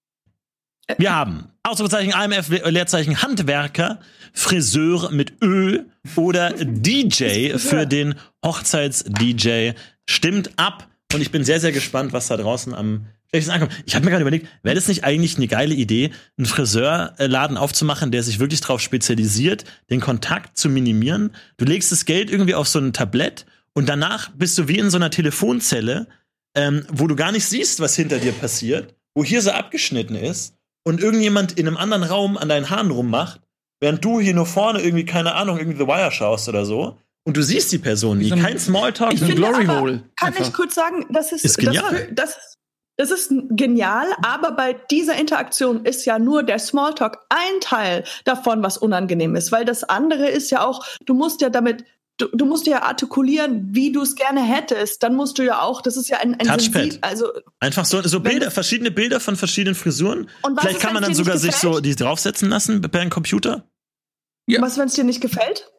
Wir haben Ausrufezeichen AMF, Leerzeichen Handwerker, Friseur mit Ö oder DJ für den Hochzeits-DJ. Stimmt ab. Und ich bin sehr, sehr gespannt, was da draußen am schlechtesten ankommt. Ich habe mir gerade überlegt, wäre das nicht eigentlich eine geile Idee, einen Friseurladen aufzumachen, der sich wirklich darauf spezialisiert, den Kontakt zu minimieren? Du legst das Geld irgendwie auf so ein Tablett und danach bist du wie in so einer Telefonzelle, wo du gar nicht siehst, was hinter dir passiert, wo hier so abgeschnitten ist und irgendjemand in einem anderen Raum an deinen Haaren rummacht, während du hier nur vorne irgendwie, keine Ahnung, irgendwie The Wire schaust oder so. Und du siehst die Person nie. Kein Smalltalk. Ich finde Glory Hole. Kann ich kurz sagen, das ist genial. Das ist genial, aber bei dieser Interaktion ist ja nur der Smalltalk ein Teil davon, was unangenehm ist. Weil das andere ist ja auch, du musst ja artikulieren, wie du es gerne hättest. Dann musst du ja auch, das ist ja ein Touchpad. Also einfach so Bilder, verschiedene Bilder von verschiedenen Frisuren. Und vielleicht kann man dann sogar sich so die draufsetzen lassen bei einem Computer. Ja. Was, wenn es dir nicht gefällt?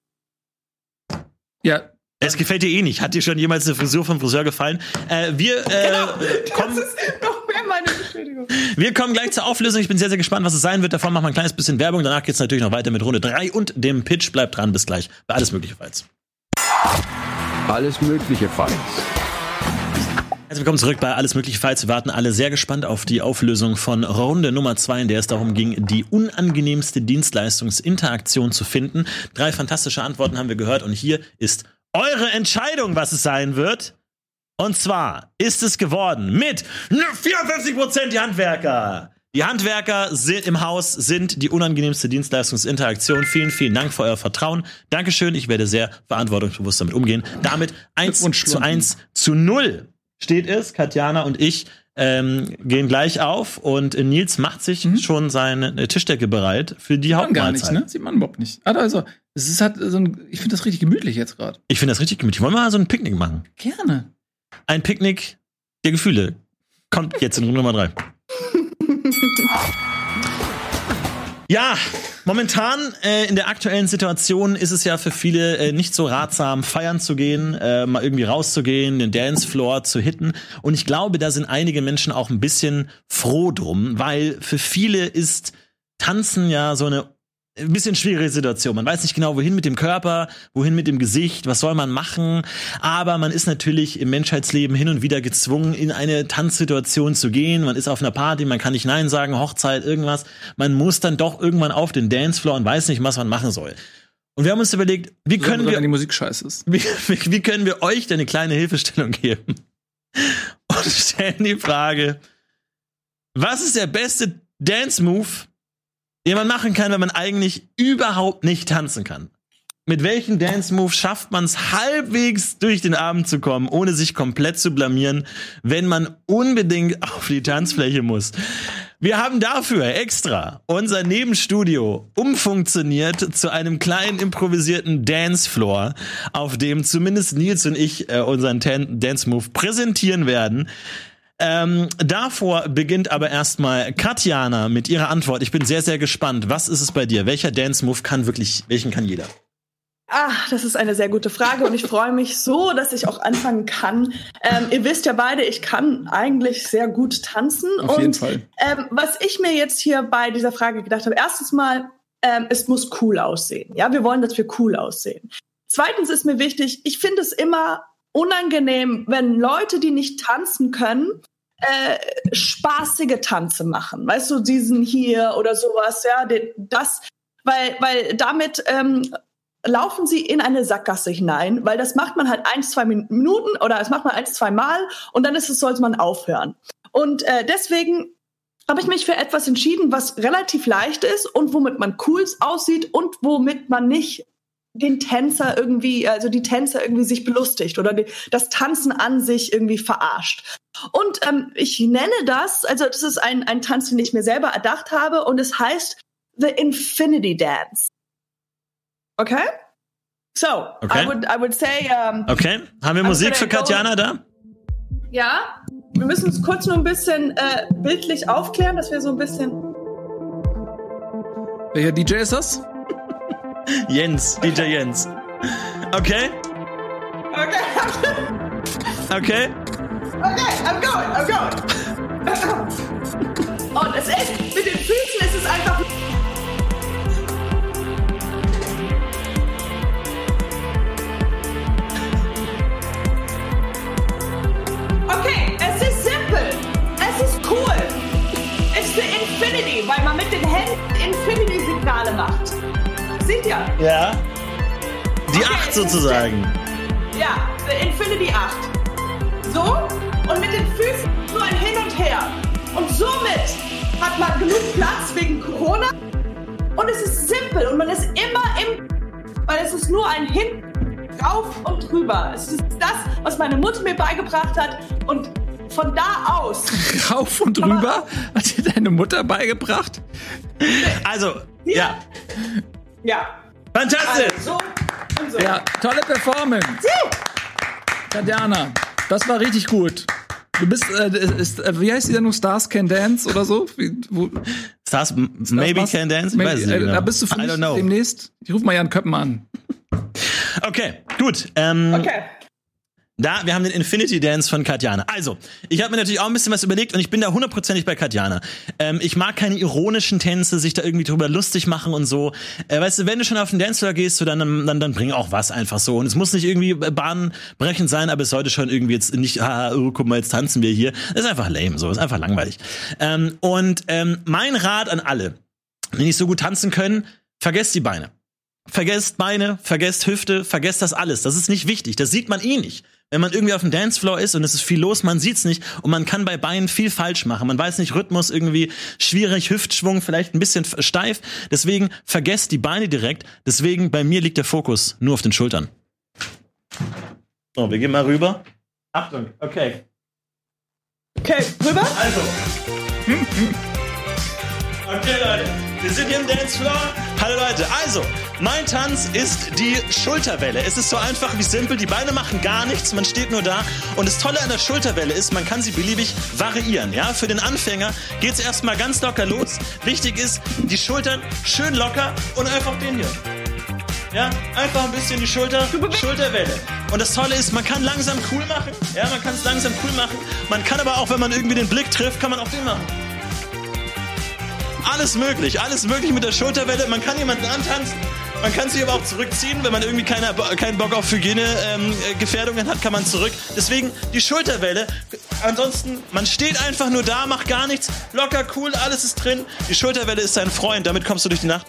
Ja. Es gefällt dir eh nicht. Hat dir schon jemals eine Frisur vom Friseur gefallen? Kommen. Das ist noch mehr meine Beschädigung. Wir kommen gleich zur Auflösung. Ich bin sehr, sehr gespannt, was es sein wird. Davon machen wir ein kleines bisschen Werbung. Danach geht's natürlich noch weiter mit Runde 3 und dem Pitch. Bleibt dran. Bis gleich. Bei Alles Mögliche Fights. Alles Mögliche Fights. Herzlich willkommen zurück bei Alles Mögliche Fights. Wir warten alle sehr gespannt auf die Auflösung von Runde Nummer 2, in der es darum ging, die unangenehmste Dienstleistungsinteraktion zu finden. 3 fantastische Antworten haben wir gehört und hier ist eure Entscheidung, was es sein wird. Und zwar ist es geworden mit 54% die Handwerker. Die Handwerker im Haus sind die unangenehmste Dienstleistungsinteraktion. Vielen, vielen Dank für euer Vertrauen. Dankeschön, ich werde sehr verantwortungsbewusst damit umgehen. Damit 1:1:0 steht es. Katjana und ich gehen gleich auf und Nils macht sich schon seine Tischdecke bereit für die Hauptmahlzeit. Gar nicht, ne? Sieht man überhaupt nicht. Also, es ist halt ich finde das richtig gemütlich jetzt gerade. Ich finde das richtig gemütlich. Wollen wir mal so ein Picknick machen? Gerne. Ein Picknick der Gefühle. Kommt jetzt in Runde Nummer 3. Ja, momentan in der aktuellen Situation ist es ja für viele nicht so ratsam, feiern zu gehen, mal irgendwie rauszugehen, den Dancefloor zu hitten. Und ich glaube, da sind einige Menschen auch ein bisschen froh drum, weil für viele ist Tanzen ja so eine ein bisschen schwierige Situation. Man weiß nicht genau, wohin mit dem Körper, wohin mit dem Gesicht, was soll man machen. Aber man ist natürlich im Menschheitsleben hin und wieder gezwungen, in eine Tanzsituation zu gehen. Man ist auf einer Party, man kann nicht Nein sagen, Hochzeit, irgendwas. Man muss dann doch irgendwann auf den Dancefloor und weiß nicht, was man machen soll. Und wir haben uns überlegt, wie können wir, wenn die Musik scheiße ist. Wie können wir euch denn eine kleine Hilfestellung geben? Und stellen die Frage, was ist der beste Dance-Move, den man machen kann, wenn man eigentlich überhaupt nicht tanzen kann? Mit welchem Dance-Move schafft man es halbwegs durch den Abend zu kommen, ohne sich komplett zu blamieren, wenn man unbedingt auf die Tanzfläche muss? Wir haben dafür extra unser Nebenstudio umfunktioniert zu einem kleinen improvisierten Dancefloor, auf dem zumindest Nils und ich unseren Dance-Move präsentieren werden. Davor beginnt aber erstmal Katjana mit ihrer Antwort. Ich bin sehr, sehr gespannt. Was ist es bei dir? Welcher Dance-Move welchen kann jeder? Das ist eine sehr gute Frage und ich freue mich so, dass ich auch anfangen kann. Ihr wisst ja beide, ich kann eigentlich sehr gut tanzen. Auf jeden Fall. Was ich mir jetzt hier bei dieser Frage gedacht habe, erstens mal, es muss cool aussehen. Ja, wir wollen, dass wir cool aussehen. Zweitens ist mir wichtig, ich finde es immer unangenehm, wenn Leute, die nicht tanzen können, spaßige Tanze machen. Weißt du, diesen hier oder sowas, ja, weil damit laufen sie in eine Sackgasse hinein, weil das macht man halt 1-2 Minuten oder das macht man 1-2 Mal und dann sollte man aufhören. Und deswegen habe ich mich für etwas entschieden, was relativ leicht ist und womit man cool aussieht und womit man nicht den Tänzer irgendwie, also die Tänzer irgendwie sich belustigt oder das Tanzen an sich irgendwie verarscht. Und ich nenne das ist ein Tanz, den ich mir selber erdacht habe und es heißt The Infinity Dance. Okay? So, okay. I would say... okay, haben wir Musik für Katjana da? Ja, wir müssen uns kurz nur ein bisschen bildlich aufklären, dass wir so ein bisschen... Welcher DJ ist das? Jens, DJ Jens. Okay. Okay, I'm going. Und es ist, mit den Füßen ist es einfach... Okay, es ist simpel. Es ist cool. It's the Infinity, weil man mit den Händen Infinity-Signale macht. Seht ihr? Ja. Die 8 sozusagen. Ja, the Infinity 8. So, und mit den Füßen so ein Hin und Her. Und somit hat man genug Platz wegen Corona. Und es ist simpel und man ist immer weil es ist nur ein Hin, rauf und drüber. Es ist das, was meine Mutter mir beigebracht hat. Und von da aus. Rauf und drüber? Hat dir deine Mutter beigebracht? Also, ja. Ja. Fantastisch! Also, so. Ja, tolle Performance. Katjana, das war richtig gut. Du bist, wie heißt die denn nur? Stars Can Dance oder so? Stars Maybe Can Dance? Ich weiß es nicht genau. Da bist du für mich demnächst. Ich ruf mal Jan Köppen an. Okay, gut. Okay. Wir haben den Infinity Dance von Katjana. Also, ich habe mir natürlich auch ein bisschen was überlegt und ich bin da 100%ig bei Katjana. Ich mag keine ironischen Tänze, sich da irgendwie drüber lustig machen und so. Weißt du, wenn du schon auf den Dancefloor gehst, dann bring auch was einfach so. Und es muss nicht irgendwie bahnbrechend sein, aber es sollte schon irgendwie jetzt nicht, guck mal, jetzt tanzen wir hier. Das ist einfach lame, so, ist einfach langweilig. Mein Rat an alle, die nicht so gut tanzen können, vergesst die Beine. Vergesst Beine, vergesst Hüfte, vergesst das alles. Das ist nicht wichtig, das sieht man nicht. Wenn man irgendwie auf dem Dancefloor ist und es ist viel los, man sieht's nicht und man kann bei Beinen viel falsch machen. Man weiß nicht, Rhythmus irgendwie schwierig, Hüftschwung vielleicht ein bisschen steif. Deswegen vergesst die Beine direkt. Deswegen bei mir liegt der Fokus nur auf den Schultern. So, wir gehen mal rüber. Achtung, okay. Okay, rüber? Also. Okay, Leute, wir sind hier im Dancefloor. Hallo Leute, also, mein Tanz ist die Schulterwelle. Es ist so einfach wie simpel, die Beine machen gar nichts, man steht nur da. Und das Tolle an der Schulterwelle ist, man kann sie beliebig variieren. Ja? Für den Anfänger geht's erstmal ganz locker los. Wichtig ist, die Schultern schön locker und einfach den hier. Ja, einfach ein bisschen die Schulterwelle. Und das Tolle ist, man kann langsam cool machen. Ja, man kann es langsam cool machen. Man kann aber auch, wenn man irgendwie den Blick trifft, kann man auch den machen. Alles möglich mit der Schulterwelle. Man kann jemanden antanzen, man kann sich aber auch zurückziehen. Wenn man irgendwie keinen Bock auf Hygienegefährdungen hat, kann man zurück. Deswegen die Schulterwelle. Ansonsten, man steht einfach nur da, macht gar nichts. Locker, cool, alles ist drin. Die Schulterwelle ist dein Freund, damit kommst du durch die Nacht.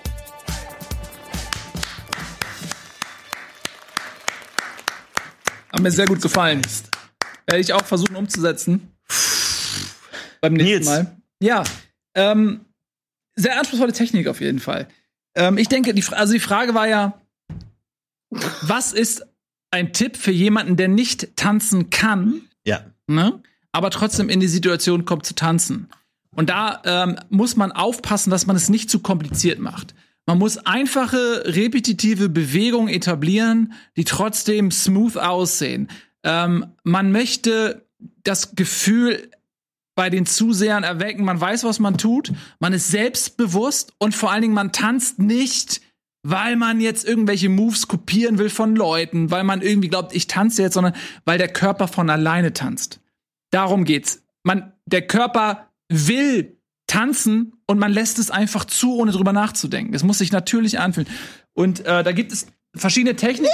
Hat mir sehr gut gefallen. Werde ich auch versuchen umzusetzen. Beim nächsten Mal. Ja, sehr anspruchsvolle Technik auf jeden Fall. Ich denke, die Frage war ja, was ist ein Tipp für jemanden, der nicht tanzen kann, ne, aber trotzdem in die Situation kommt zu tanzen? Und da muss man aufpassen, dass man es nicht zu kompliziert macht. Man muss einfache, repetitive Bewegungen etablieren, die trotzdem smooth aussehen. Man möchte das Gefühl bei den Zusehern erwecken, man weiß, was man tut, man ist selbstbewusst und vor allen Dingen, man tanzt nicht weil man jetzt irgendwelche Moves kopieren will von Leuten, weil man irgendwie glaubt, ich tanze jetzt, sondern weil der Körper von alleine tanzt. Darum geht's. Der Körper will tanzen und man lässt es einfach zu, ohne drüber nachzudenken. Es muss sich natürlich anfühlen. Und da gibt es verschiedene Techniken.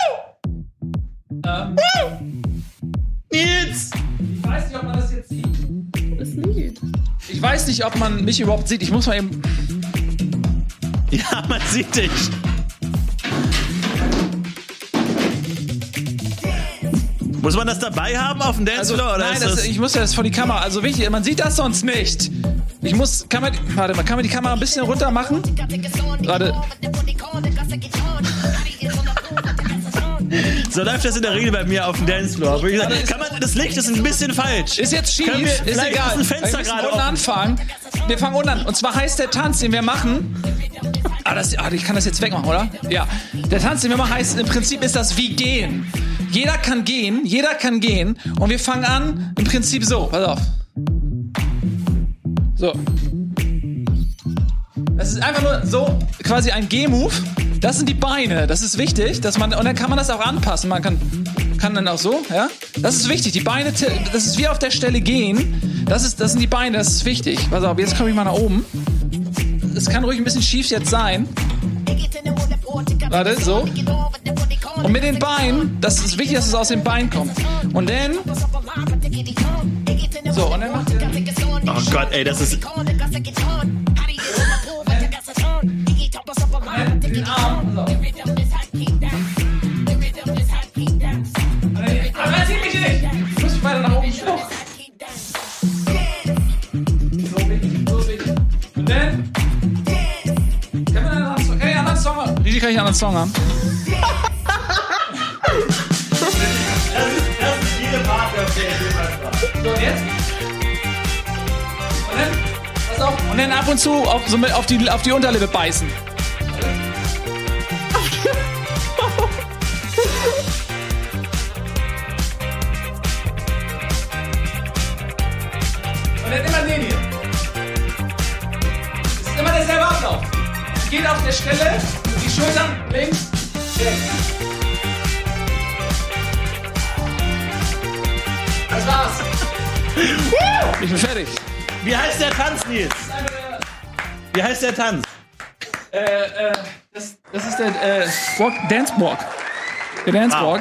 Nils! Ich weiß nicht, ob man das jetzt sieht. Ich weiß nicht, ob man mich überhaupt sieht. Ich muss mal eben. Ja, man sieht dich. Muss man das dabei haben auf dem Dancefloor? Also, nein, ich muss ja das vor die Kamera. Also wichtig, man sieht das sonst nicht. Kann man die Kamera ein bisschen runter machen? Warte. So läuft das in der Regel bei mir auf dem Dancefloor. Das Licht ist ein bisschen falsch. Ist jetzt schief, ist egal. Ein Fenster wir gerade unten anfangen. Wir fangen unten an. Und zwar heißt der Tanz, den wir machen. Ich kann das jetzt wegmachen, oder? Ja. Der Tanz, den wir machen, heißt, im Prinzip ist das wie gehen. Jeder kann gehen. Und wir fangen an, im Prinzip so. Pass auf. So. Das ist einfach nur so quasi ein G-Move. Das sind die Beine. Das ist wichtig, und dann kann man das auch anpassen. Man kann dann auch so, ja. Das ist wichtig. Die Beine, das ist wie auf der Stelle gehen. Das sind die Beine, das ist wichtig. Pass auf, jetzt komme ich mal nach oben. Es kann ruhig ein bisschen schief jetzt sein. Warte, so. Und mit den Beinen, das ist wichtig, dass es aus den Beinen kommt. Und dann. So, und dann macht ihr. Oh Gott, ey, das ist. Den Arm. Aber er sieht mich nicht. Ich muss mich weiter nach oben schlucken. So wichtig. Und dann. Kann ich einen anderen Song haben? Wie kann ich einen anderen Song haben? Das ist jede Party, auf der ich jemals war. So, und jetzt? Und dann, pass auf. Und dann ab und zu auf die Unterlippe beißen. Und dann immer den hier. Das ist immer derselbe Ablauf. Geht auf der Stelle, die Schultern links, rechts. Das war's. Ich bin fertig. Wie heißt der Tanz, Nils? Wie heißt der Tanz? Das ist der Dance Walk. Der Dance Walk.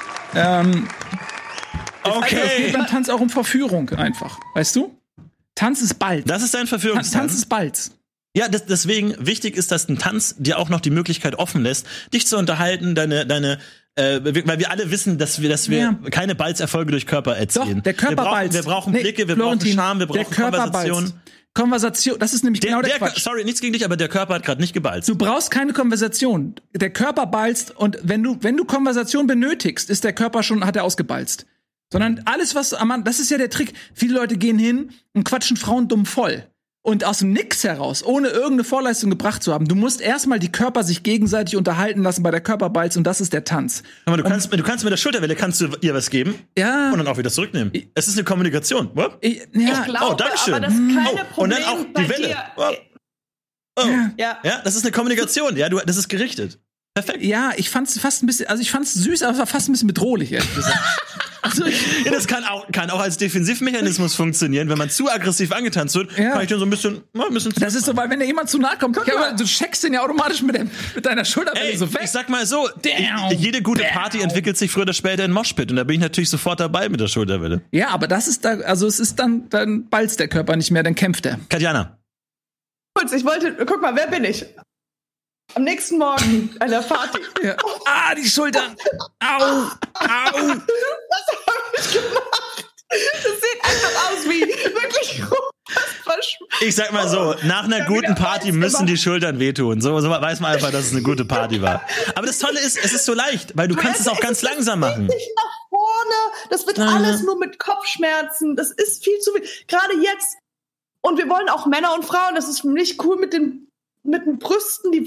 Okay. Es geht beim Tanz auch um Verführung einfach. Weißt du? Tanz ist Balz. Das ist dein Verführungstanz. Tanz ist Balz. Ja, deswegen wichtig ist, dass ein Tanz dir auch noch die Möglichkeit offen lässt, dich zu unterhalten, weil wir alle wissen, dass wir keine Balzerfolge durch Körper erzielen. Doch, der Körper balzt. Wir brauchen Blicke, wir brauchen Charme, wir brauchen Konversation. Konversation, das ist nämlich genau der Quatsch. Sorry, nichts gegen dich, aber der Körper hat gerade nicht gebalzt. Du brauchst keine Konversation. Der Körper balzt und wenn du Konversation benötigst, hat er ausgebalzt. Sondern alles, das ist ja der Trick. Viele Leute gehen hin und quatschen Frauen dumm voll. Und aus dem Nix heraus, ohne irgendeine Vorleistung gebracht zu haben. Du musst erstmal die Körper sich gegenseitig unterhalten lassen bei der Körperbalz und das ist der Tanz. Aber du kannst mit der Schulterwelle kannst du ihr was geben und dann auch wieder zurücknehmen. Es ist eine Kommunikation. Ich glaube, Dankeschön. aber das kleine Problem und dann auch die Welle. Ja, das ist eine Kommunikation. Ja, das ist gerichtet. Perfekt. Ja, ich fand's fast ein bisschen, also ich fand's süß, aber fast ein bisschen bedrohlich, ehrlich gesagt. Das kann auch als Defensivmechanismus funktionieren, wenn man zu aggressiv angetanzt wird, kann ich dann so ein bisschen das ist so, weil wenn dir jemand zu nahe kommt, du checkst den ja automatisch mit deiner Schulterwelle so weg. Ich sag mal so, jede gute Party entwickelt sich früher oder später in Moshpit und da bin ich natürlich sofort dabei mit der Schulterwelle. Ja, aber das ist es ist dann balzt der Körper nicht mehr, dann kämpft er. Katjana. Kurz, guck mal, wer bin ich? Am nächsten Morgen an der Party. Ja. Die Schultern. Au. Was habe ich gemacht? Das sieht einfach aus wie wirklich. Ich sag mal so, nach einer guten Party müssen die Schultern wehtun. So weiß man einfach, dass es eine gute Party war. Aber das Tolle ist, es ist so leicht, weil du kannst es auch ganz langsam machen. Nicht nach vorne. Das wird alles nur mit Kopfschmerzen. Das ist viel zu viel. Gerade jetzt. Und wir wollen auch Männer und Frauen. Das ist nicht cool mit den Brüsten, die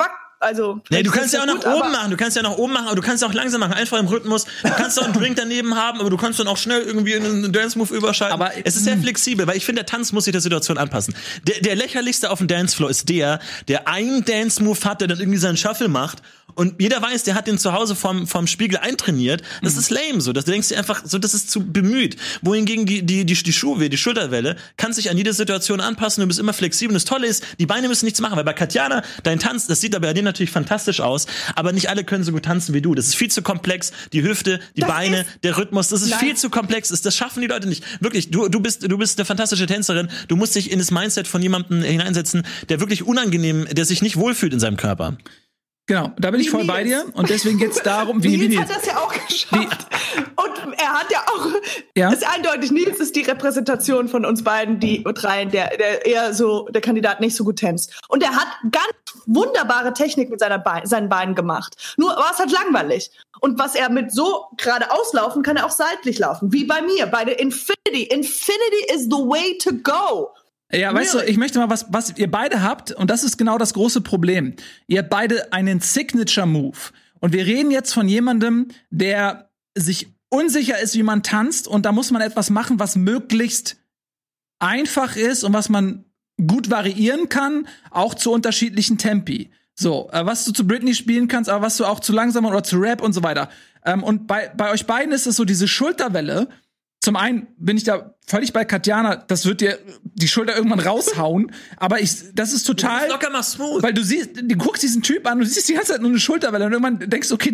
Also Nee, du kannst ja auch nach gut, oben machen, aber du kannst ja auch langsam machen, einfach im Rhythmus. Du kannst auch einen Drink daneben haben, aber du kannst dann auch schnell irgendwie in einen Dance-Move überschalten. Aber es ist sehr flexibel, weil ich finde, der Tanz muss sich der Situation anpassen. Der lächerlichste auf dem Dancefloor ist der einen Dance-Move hat, der dann irgendwie seinen Shuffle macht und jeder weiß, der hat den zu Hause vom Spiegel eintrainiert. Das ist lame so. Du denkst dir einfach so, das ist zu bemüht. Wohingegen die Schuhweh, die Schulterwelle, kann sich an jede Situation anpassen. Du bist immer flexibel. Und das Tolle ist, die Beine müssen nichts machen. Weil bei Katjana, dein Tanz, das sieht bei dir natürlich fantastisch aus, aber nicht alle können so gut tanzen wie du. Das ist viel zu komplex. Die Hüfte, die Beine, der Rhythmus, das ist viel zu komplex. Das schaffen die Leute nicht. Wirklich, du bist eine fantastische Tänzerin. Du musst dich in das Mindset von jemandem hineinsetzen, der wirklich unangenehm, der sich nicht wohlfühlt in seinem Körper. Genau, da bin ich voll bei dir. Und deswegen geht's darum, wie Nils hat das ja auch geschafft. Und er hat ja auch, das ist eindeutig, Nils ist die Repräsentation von uns beiden, die dreien, der eher so, der Kandidat nicht so gut tänzt. Und er hat ganz wunderbare Technik mit seinen Beinen gemacht. Nur war es halt langweilig. Und was er mit so geradeaus laufen, kann er auch seitlich laufen. Wie bei mir, bei der Infinity. Infinity is the way to go. Ja, weißt du, ich möchte mal was ihr beide habt, und das ist genau das große Problem. Ihr habt beide einen Signature-Move. Und wir reden jetzt von jemandem, der sich unsicher ist, wie man tanzt, und da muss man etwas machen, was möglichst einfach ist und was man gut variieren kann, auch zu unterschiedlichen Tempi. So, was du zu Britney spielen kannst, aber was du auch zu langsam oder zu Rap und so weiter. Und bei euch beiden ist es so, diese Schulterwelle. Zum einen bin ich da völlig bei Katjana, das wird dir die Schulter irgendwann raushauen, aber das ist total locker mal smooth. Weil du guckst diesen Typ an, du siehst die ganze Zeit nur eine Schulterwelle und irgendwann denkst du, okay,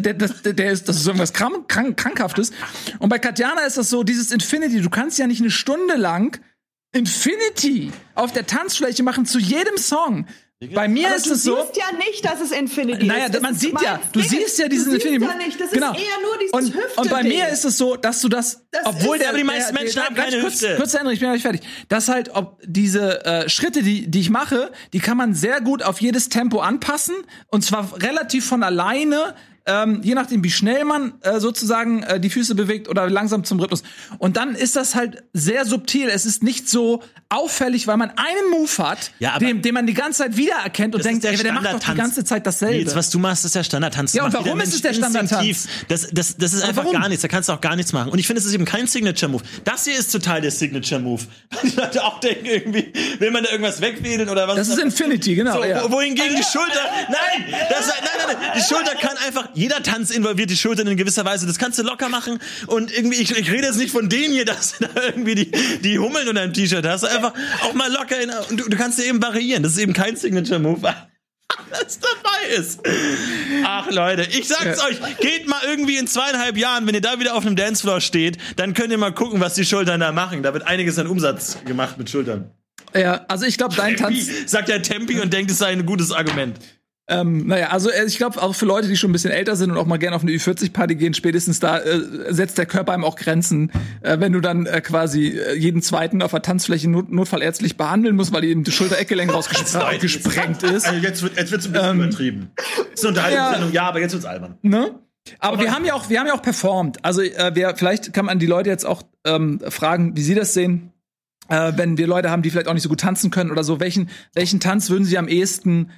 das ist irgendwas Krankhaftes. Und bei Katjana ist das so, dieses Infinity, du kannst ja nicht eine Stunde lang Infinity auf der Tanzfläche machen zu jedem Song. Bei mir ist es so. Du siehst ja nicht, dass es Infinity ist. Naja, man sieht ja, du siehst ja diesen Infinity. Ja nicht. Das ist eher nur dieses Hüfte-Ding. Und bei mir ist es so, dass du obwohl aber die meisten Menschen haben keine Hüfte. Kurz zu Ende, ich bin gleich fertig. Dass halt, diese Schritte, die ich mache, die kann man sehr gut auf jedes Tempo anpassen. Und zwar relativ von alleine. Je nachdem, wie schnell man sozusagen die Füße bewegt oder langsam zum Rhythmus. Und dann ist das halt sehr subtil. Es ist nicht so auffällig, weil man einen Move hat, den man die ganze Zeit wiedererkennt und denkt, der macht doch die ganze Zeit dasselbe. Jetzt, was du machst, ist der Standardtanz. Ja, und warum ist es der Standardtanz? Das ist einfach gar nichts. Da kannst du auch gar nichts machen. Und ich finde, es ist eben kein Signature-Move. Das hier ist total der Signature-Move. Weil die Leute auch denken, irgendwie, will man da irgendwas wegwedeln oder was? Das ist Infinity, genau. So, wohingegen die Schulter, nein, die Schulter kann einfach, jeder Tanz involviert die Schultern in gewisser Weise. Das kannst du locker machen. Und irgendwie, ich rede jetzt nicht von denen hier, dass du da irgendwie die Hummeln unter dem T-Shirt hast. Einfach auch mal locker und du kannst dir eben variieren. Das ist eben kein Signature-Move, was dabei ist. Ach Leute, ich sag's euch, geht mal irgendwie in 2,5 Jahren, wenn ihr da wieder auf einem Dancefloor steht, dann könnt ihr mal gucken, was die Schultern da machen. Da wird einiges an Umsatz gemacht mit Schultern. Ja, also ich glaube, dein Tanz... Sagt der Tempi und denkt, es sei ein gutes Argument. Naja, also ich glaube, auch für Leute, die schon ein bisschen älter sind und auch mal gerne auf eine Ü40-Party gehen, spätestens da setzt der Körper einem auch Grenzen, wenn du dann quasi jeden Zweiten auf der Tanzfläche notfallärztlich behandeln musst, weil ihm die Schulterecke rausgesprengt ist. Also jetzt wird's ein bisschen übertrieben. Das ist eine Unterhaltungssendung, aber jetzt wird's albern. Ne? Aber wir haben ja auch performt. Also vielleicht kann man die Leute jetzt auch fragen, wie sie das sehen. Wenn wir Leute haben, die vielleicht auch nicht so gut tanzen können oder so, welchen Tanz würden sie am ehesten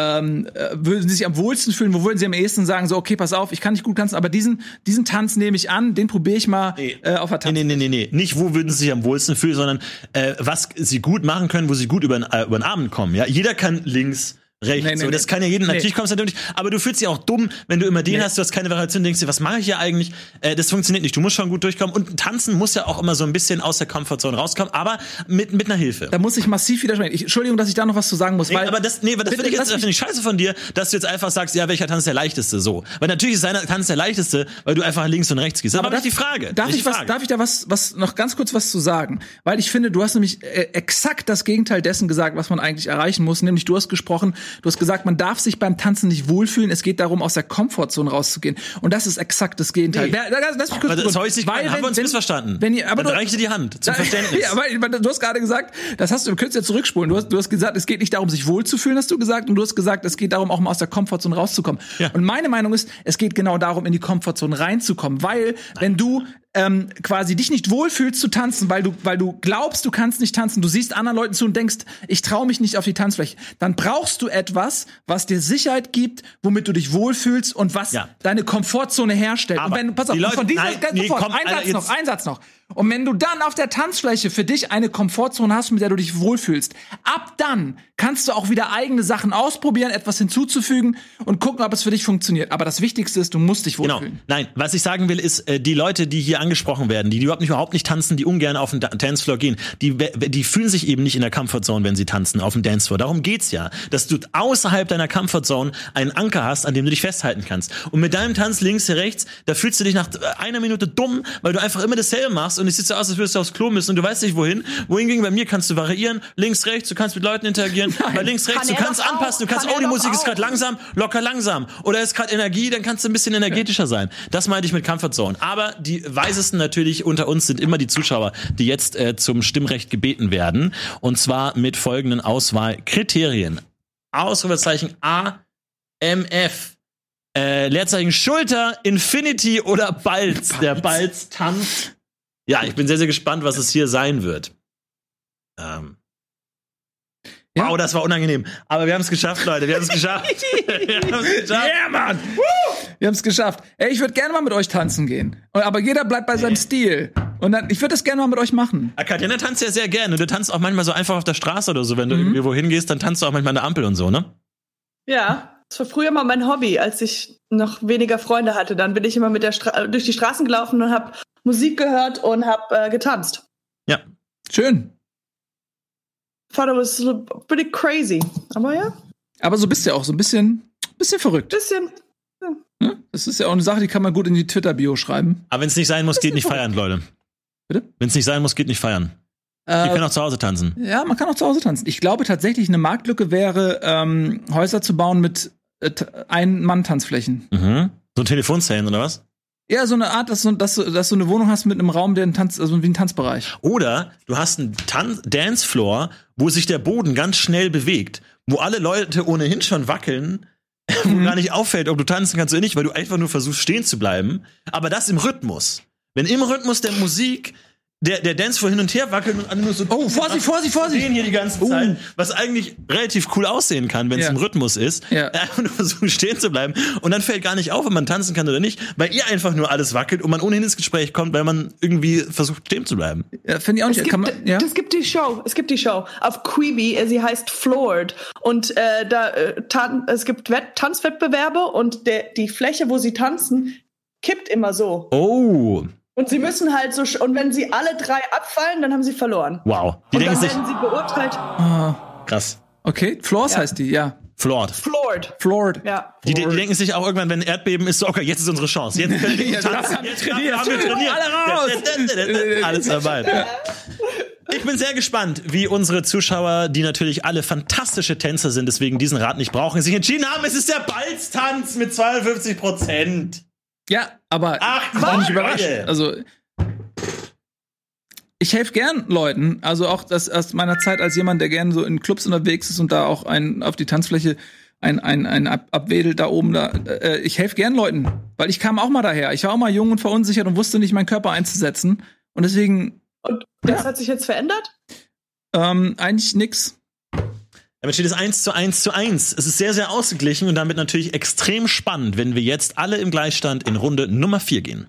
würden sie sich am wohlsten fühlen, wo würden sie am ehesten sagen, so, okay, pass auf, ich kann nicht gut tanzen, aber diesen Tanz nehme ich an, den probiere ich mal auf der Tanz. Nee. Nicht, wo würden sie sich am wohlsten fühlen, sondern was sie gut machen können, wo sie gut über den Abend kommen. Ja? Jeder kann links, rechts. Das kann ja jeden, natürlich kommst du natürlich, aber du fühlst dich auch dumm, wenn du immer den hast, du hast keine Variation, denkst dir, was mache ich hier eigentlich? Das funktioniert nicht. Du musst schon gut durchkommen und tanzen muss ja auch immer so ein bisschen aus der Komfortzone rauskommen, aber mit einer Hilfe. Da muss ich massiv widersprechen. Entschuldigung, dass ich da noch was zu sagen muss, weil aber das finde ich scheiße von dir, dass du jetzt einfach sagst, ja, welcher Tanz ist der leichteste, so. Weil natürlich ist deiner Tanz der leichteste, weil du einfach links und rechts gehst. Aber das ist die Frage. Darf ich da was noch ganz kurz was zu sagen? Weil ich finde, du hast nämlich exakt das Gegenteil dessen gesagt, was man eigentlich erreichen muss, nämlich du hast gesagt, man darf sich beim Tanzen nicht wohlfühlen. Es geht darum, aus der Komfortzone rauszugehen. Und das ist exakt das Gegenteil. Nee. Das haben wir uns missverstanden. Dann reichte die Hand zum Verständnis. Ja, aber du hast gerade gesagt, du könntest ja zurückspulen. Du hast gesagt, es geht nicht darum, sich wohlzufühlen, hast du gesagt. Und du hast gesagt, es geht darum, auch mal aus der Komfortzone rauszukommen. Ja. Und meine Meinung ist, es geht genau darum, in die Komfortzone reinzukommen. Weil, wenn du quasi dich nicht wohlfühlst zu tanzen, weil du glaubst, du kannst nicht tanzen, du siehst anderen Leuten zu und denkst, ich traue mich nicht auf die Tanzfläche, dann brauchst du etwas, was dir Sicherheit gibt, womit du dich wohlfühlst und was deine Komfortzone herstellt. Aber und wenn, pass auf, Leute, von dieser, komm, ein Satz noch. Und wenn du dann auf der Tanzfläche für dich eine Komfortzone hast, mit der du dich wohlfühlst, ab dann kannst du auch wieder eigene Sachen ausprobieren, etwas hinzuzufügen und gucken, ob es für dich funktioniert. Aber das Wichtigste ist, du musst dich wohlfühlen. Genau. Nein, was ich sagen will, ist, die Leute, die hier angesprochen werden, die überhaupt nicht tanzen, die ungern auf den Dancefloor gehen, die fühlen sich eben nicht in der Comfortzone, wenn sie tanzen auf dem Dancefloor. Darum geht's ja, dass du außerhalb deiner Comfortzone einen Anker hast, an dem du dich festhalten kannst. Und mit deinem Tanz links, rechts, da fühlst du dich nach einer Minute dumm, weil du einfach immer dasselbe machst und es sieht so aus, als würdest du aufs Klo müssen und du weißt nicht wohin. Wohingegen bei mir kannst du variieren, links, rechts, du kannst mit Leuten interagieren, bei links, rechts, du kannst anpassen, du kannst, die Musik ist gerade langsam, locker langsam. Oder ist gerade Energie, dann kannst du ein bisschen energetischer sein. Das meinte ich mit Comfortzone. Aber die weisesten natürlich unter uns sind immer die Zuschauer, die jetzt zum Stimmrecht gebeten werden. Und zwar mit folgenden Auswahlkriterien. Ausrufezeichen AMF. Leerzeichen Schulter, Infinity oder Balz. Der Balz tanzt. Ja, ich bin sehr, sehr gespannt, was es hier sein wird. Wow, das war unangenehm. Aber wir haben es geschafft, Leute. Wir haben es geschafft. Yeah, Mann! Wir haben es geschafft. Ey, ich würde gerne mal mit euch tanzen gehen. Aber jeder bleibt bei seinem Stil. Und dann, ich würde das gerne mal mit euch machen. Katjana tanzt ja sehr gerne. Du tanzt auch manchmal so einfach auf der Straße oder so. Wenn du irgendwie wohin gehst, dann tanzt du auch manchmal an der Ampel und so, ne? Ja, das war früher mal mein Hobby, als ich noch weniger Freunde hatte. Dann bin ich immer mit durch die Straßen gelaufen und habe Musik gehört und habe getanzt. Ja. Schön. Thought it was pretty crazy. Aber ja. Aber so bist du ja auch so ein bisschen verrückt. Bisschen. Ja. Das ist ja auch eine Sache, die kann man gut in die Twitter-Bio schreiben. Aber wenn es nicht sein muss, geht nicht feiern, Leute. Bitte? Wenn es nicht sein muss, geht nicht feiern. Ihr könnt auch zu Hause tanzen. Ja, man kann auch zu Hause tanzen. Ich glaube tatsächlich, eine Marktlücke wäre, Häuser zu bauen mit Ein-Mann-Tanzflächen. Mhm. So ein Telefonzellen oder was? Ja, so eine Art, dass du eine Wohnung hast mit einem Raum, der also wie ein Tanzbereich. Oder du hast einen Dancefloor, wo sich der Boden ganz schnell bewegt, wo alle Leute ohnehin schon wackeln, wo gar nicht auffällt, ob du tanzen kannst oder nicht, weil du einfach nur versuchst, stehen zu bleiben. Aber das im Rhythmus. Wenn im Rhythmus der Musik der Dancefloor hin und her wackelt und alle nur so Vorsicht! stehen hier die ganze Zeit, was eigentlich relativ cool aussehen kann, wenn es im Rhythmus ist. Ja. Einfach nur versuchen, stehen zu bleiben. Und dann fällt gar nicht auf, ob man tanzen kann oder nicht, weil ihr einfach nur alles wackelt und man ohnehin ins Gespräch kommt, weil man irgendwie versucht, stehen zu bleiben. Ja, finde ich auch nicht. Es gibt die Show auf Quibi, sie heißt Floored. Und es gibt Tanzwettbewerbe und die Fläche, wo sie tanzen, kippt immer so. Oh. Und sie müssen halt so, und wenn sie alle 3 abfallen, dann haben sie verloren. Wow. Und dann werden sie beurteilt. Krass. Okay, Floors heißt die, ja. Floored. Ja. Die denken sich auch irgendwann, wenn ein Erdbeben ist, so, okay, jetzt ist unsere Chance. Jetzt können wir tanzen. Jetzt haben wir trainiert. Alle raus. Alles dabei. Ich bin sehr gespannt, wie unsere Zuschauer, die natürlich alle fantastische Tänzer sind, deswegen diesen Rat nicht brauchen, sich entschieden haben, es ist der Balztanz mit 52%. Ja, aber ich war nicht überrascht. Also ich helfe gern Leuten, also auch das aus meiner Zeit als jemand, der gern so in Clubs unterwegs ist und da auch auf die Tanzfläche ein abwedelt da oben da. Ich helfe gern Leuten, weil ich kam auch mal daher. Ich war auch mal jung und verunsichert und wusste nicht, meinen Körper einzusetzen. Und deswegen. Und das hat sich jetzt verändert? Eigentlich nix. Damit steht es 1:1:1. Es ist sehr, sehr ausgeglichen und damit natürlich extrem spannend, wenn wir jetzt alle im Gleichstand in Runde Nummer 4 gehen.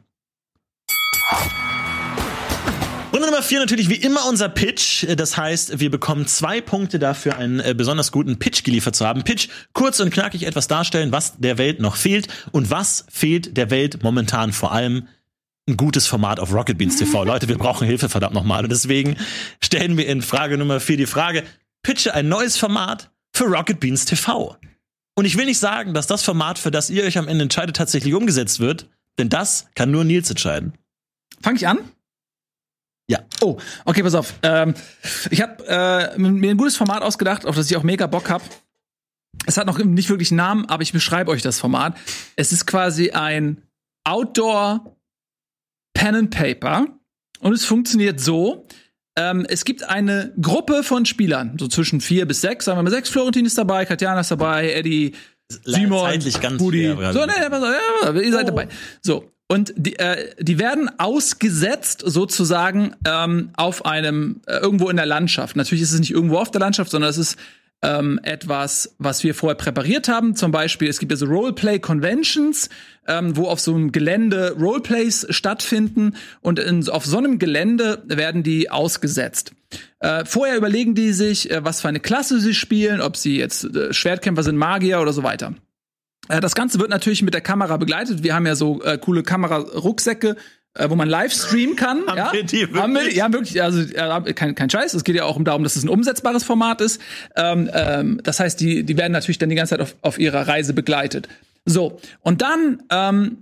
Runde Nummer 4 natürlich wie immer unser Pitch. Das heißt, wir bekommen 2 Punkte dafür, einen besonders guten Pitch geliefert zu haben. Pitch, kurz und knackig etwas darstellen, was der Welt noch fehlt und was fehlt der Welt momentan vor allem. Ein gutes Format auf Rocket Beans TV. Leute, wir brauchen Hilfe, verdammt nochmal. Und deswegen stellen wir in Frage Nummer 4 die Frage, pitche ein neues Format für Rocket Beans TV. Und ich will nicht sagen, dass das Format, für das ihr euch am Ende entscheidet, tatsächlich umgesetzt wird, denn das kann nur Nils entscheiden. Fang ich an? Ja. Oh, okay, pass auf. Ich habe mir ein gutes Format ausgedacht, auf das ich auch mega Bock habe. Es hat noch nicht wirklich einen Namen, aber ich beschreibe euch das Format. Es ist quasi ein Outdoor Pen and Paper und es funktioniert so. Es gibt eine Gruppe von Spielern, so zwischen 4 bis 6, sagen wir mal 6. Florentin ist dabei, Katjana ist dabei, Eddie, Simon, zeitlich ganz Budi. schwer, So, ihr seid dabei. So, Und die werden ausgesetzt sozusagen auf einem irgendwo in der Landschaft. Natürlich ist es nicht irgendwo auf der Landschaft, sondern es ist etwas, was wir vorher präpariert haben. Zum Beispiel, es gibt ja so Roleplay-Conventions, wo auf so einem Gelände Roleplays stattfinden. Und auf so einem Gelände werden die ausgesetzt. Vorher überlegen die sich, was für eine Klasse sie spielen, ob sie jetzt Schwertkämpfer sind, Magier oder so weiter. Das Ganze wird natürlich mit der Kamera begleitet. Wir haben ja so coole Kamerarucksäcke, wo man live streamen kann. Haben wir die wirklich? Haben wir, ja, wirklich. Also kein Scheiß. Es geht ja auch darum, dass es ein umsetzbares Format ist. Das heißt, die werden natürlich dann die ganze Zeit auf ihrer Reise begleitet. So, und dann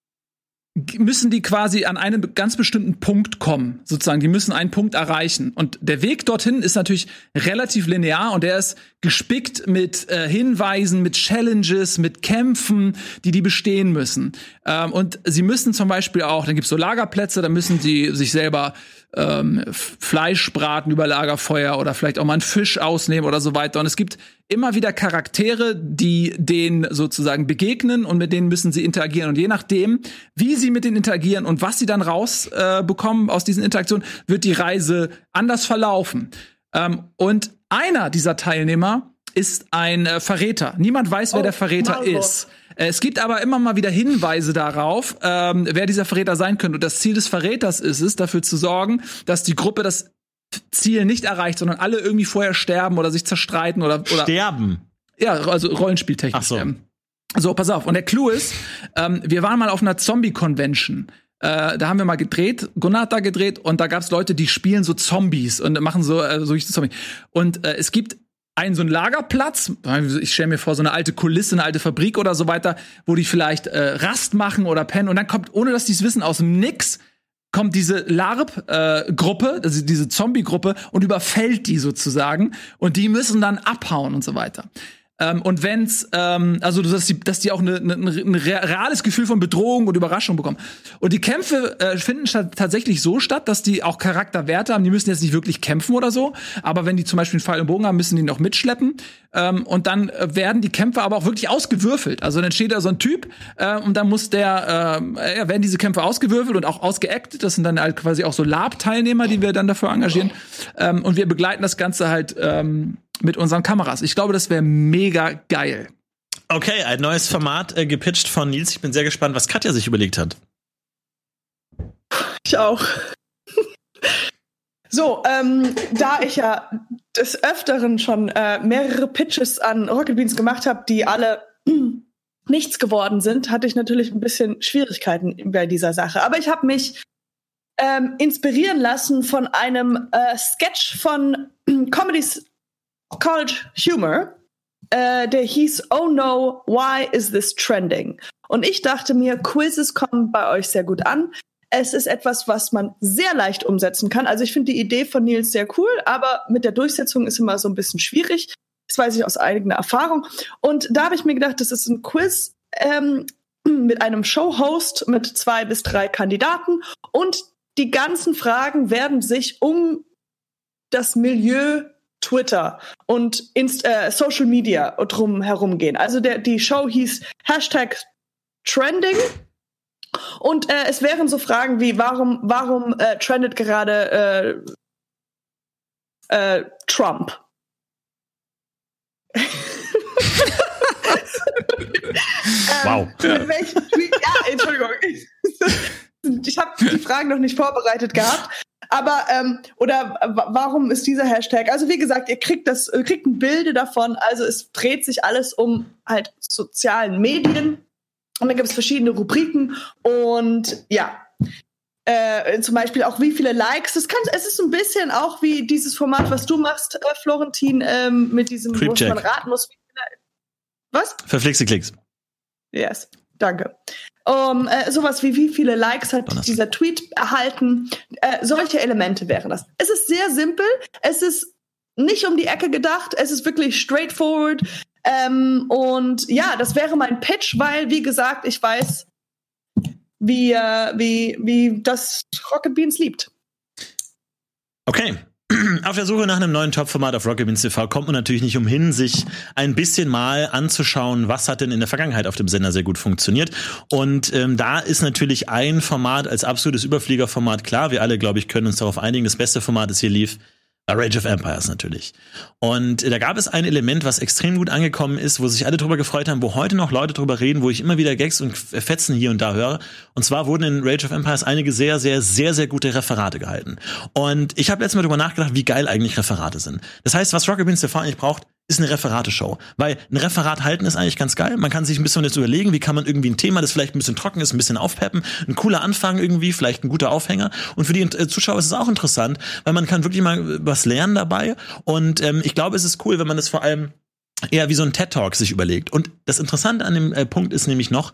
müssen die quasi an einen ganz bestimmten Punkt kommen, sozusagen. Die müssen einen Punkt erreichen. Und der Weg dorthin ist natürlich relativ linear und der ist gespickt mit Hinweisen, mit Challenges, mit Kämpfen, die bestehen müssen. Und sie müssen zum Beispiel auch, dann gibt's so Lagerplätze, da müssen sie sich selber Fleisch braten über Lagerfeuer oder vielleicht auch mal einen Fisch ausnehmen oder so weiter. Und es gibt immer wieder Charaktere, die denen sozusagen begegnen und mit denen müssen sie interagieren. Und je nachdem, wie sie mit denen interagieren und was sie dann rausbekommen aus diesen Interaktionen, wird die Reise anders verlaufen. Und einer dieser Teilnehmer ist ein Verräter. Niemand weiß, wer der Verräter ist. Es gibt aber immer mal wieder Hinweise darauf, wer dieser Verräter sein könnte. Und das Ziel des Verräters ist es, dafür zu sorgen, dass die Gruppe das Ziel nicht erreicht, sondern alle irgendwie vorher sterben oder sich zerstreiten oder sterben. Ja, also rollenspieltechnisch sterben. So, pass auf. Und der Clou ist, wir waren mal auf einer Zombie-Convention. Da haben wir mal gedreht, Gunnar hat da gedreht und da gab's Leute, die spielen so Zombies und machen so Zombies. Und es gibt so einen Lagerplatz, ich stelle mir vor, so eine alte Kulisse, eine alte Fabrik oder so weiter, wo die vielleicht Rast machen oder pennen und dann kommt, ohne dass die es wissen, aus dem Nix kommt diese LARP-Gruppe, also diese Zombie-Gruppe und überfällt die sozusagen und die müssen dann abhauen und so weiter. Und wenn's, also dass die auch ein reales Gefühl von Bedrohung und Überraschung bekommen. Und die Kämpfe finden tatsächlich so statt, dass die auch Charakterwerte haben. Die müssen jetzt nicht wirklich kämpfen oder so, aber wenn die zum Beispiel einen Pfeil und Bogen haben, müssen die noch mitschleppen. Und dann werden die Kämpfe aber auch wirklich ausgewürfelt. Also dann steht da so ein Typ und dann muss werden diese Kämpfe ausgewürfelt und auch ausgeactet. Das sind dann halt quasi auch so LARP-Teilnehmer, die wir dann dafür engagieren. Und wir begleiten das Ganze halt mit unseren Kameras. Ich glaube, das wäre mega geil. Okay, ein neues Format gepitcht von Nils. Ich bin sehr gespannt, was Katja sich überlegt hat. Ich auch. So, da ich ja des Öfteren schon mehrere Pitches an Rocket Beans gemacht habe, die alle nichts geworden sind, hatte ich natürlich ein bisschen Schwierigkeiten bei dieser Sache. Aber ich habe mich inspirieren lassen von einem Sketch von Comedies College Humor, der hieß Oh no, why is this trending? Und ich dachte mir, Quizzes kommen bei euch sehr gut an. Es ist etwas, was man sehr leicht umsetzen kann. Also ich finde die Idee von Nils sehr cool, aber mit der Durchsetzung ist immer so ein bisschen schwierig. Das weiß ich aus eigener Erfahrung. Und da habe ich mir gedacht, das ist ein Quiz mit einem Showhost mit 2 bis 3 Kandidaten und die ganzen Fragen werden sich um das Milieu Twitter und Social Media drum herum gehen. Also die Show hieß #Trending und es wären so Fragen wie warum trendet gerade Trump? Wow. Welchen Tweet? Ja, Entschuldigung. Ich habe die Fragen noch nicht vorbereitet gehabt. Aber, oder warum ist dieser Hashtag? Also wie gesagt, ihr kriegt ein Bild davon. Also es dreht sich alles um halt sozialen Medien. Und dann gibt es verschiedene Rubriken. Und ja, zum Beispiel auch wie viele Likes. Es ist ein bisschen auch wie dieses Format, was du machst, Florentin, mit diesem, wo man raten muss. Was? Verflixte Klicks. Yes, danke. Sowas wie viele Likes hat dieser Tweet erhalten. Solche Elemente wären das. Es ist sehr simpel. Es ist nicht um die Ecke gedacht. Es ist wirklich straightforward. Und ja, das wäre mein Pitch, weil, wie gesagt, ich weiß, wie das Rocket Beans liebt. Okay. Auf der Suche nach einem neuen Top-Format auf Rocket Beans TV kommt man natürlich nicht umhin, sich ein bisschen mal anzuschauen, was hat denn in der Vergangenheit auf dem Sender sehr gut funktioniert. Und da ist natürlich ein Format als absolutes Überfliegerformat klar. Wir alle, glaube ich, können uns darauf einigen, das beste Format, das hier lief, Age of Empires natürlich. Und da gab es ein Element, was extrem gut angekommen ist, wo sich alle drüber gefreut haben, wo heute noch Leute drüber reden, wo ich immer wieder Gags und Fetzen hier und da höre. Und zwar wurden in Age of Empires einige sehr, sehr, sehr, sehr gute Referate gehalten. Und ich habe letztes Mal drüber nachgedacht, wie geil eigentlich Referate sind. Das heißt, was Rocket Beans TV eigentlich braucht, ist eine Referateshow. Weil ein Referat halten ist eigentlich ganz geil. Man kann sich ein bisschen jetzt überlegen, wie kann man irgendwie ein Thema, das vielleicht ein bisschen trocken ist, ein bisschen aufpeppen. Ein cooler Anfang irgendwie, vielleicht ein guter Aufhänger. Und für die Zuschauer ist es auch interessant, weil man kann wirklich mal was lernen dabei. Und ich glaube, es ist cool, wenn man das vor allem eher wie so ein TED-Talk sich überlegt. Und das Interessante an dem Punkt ist nämlich noch,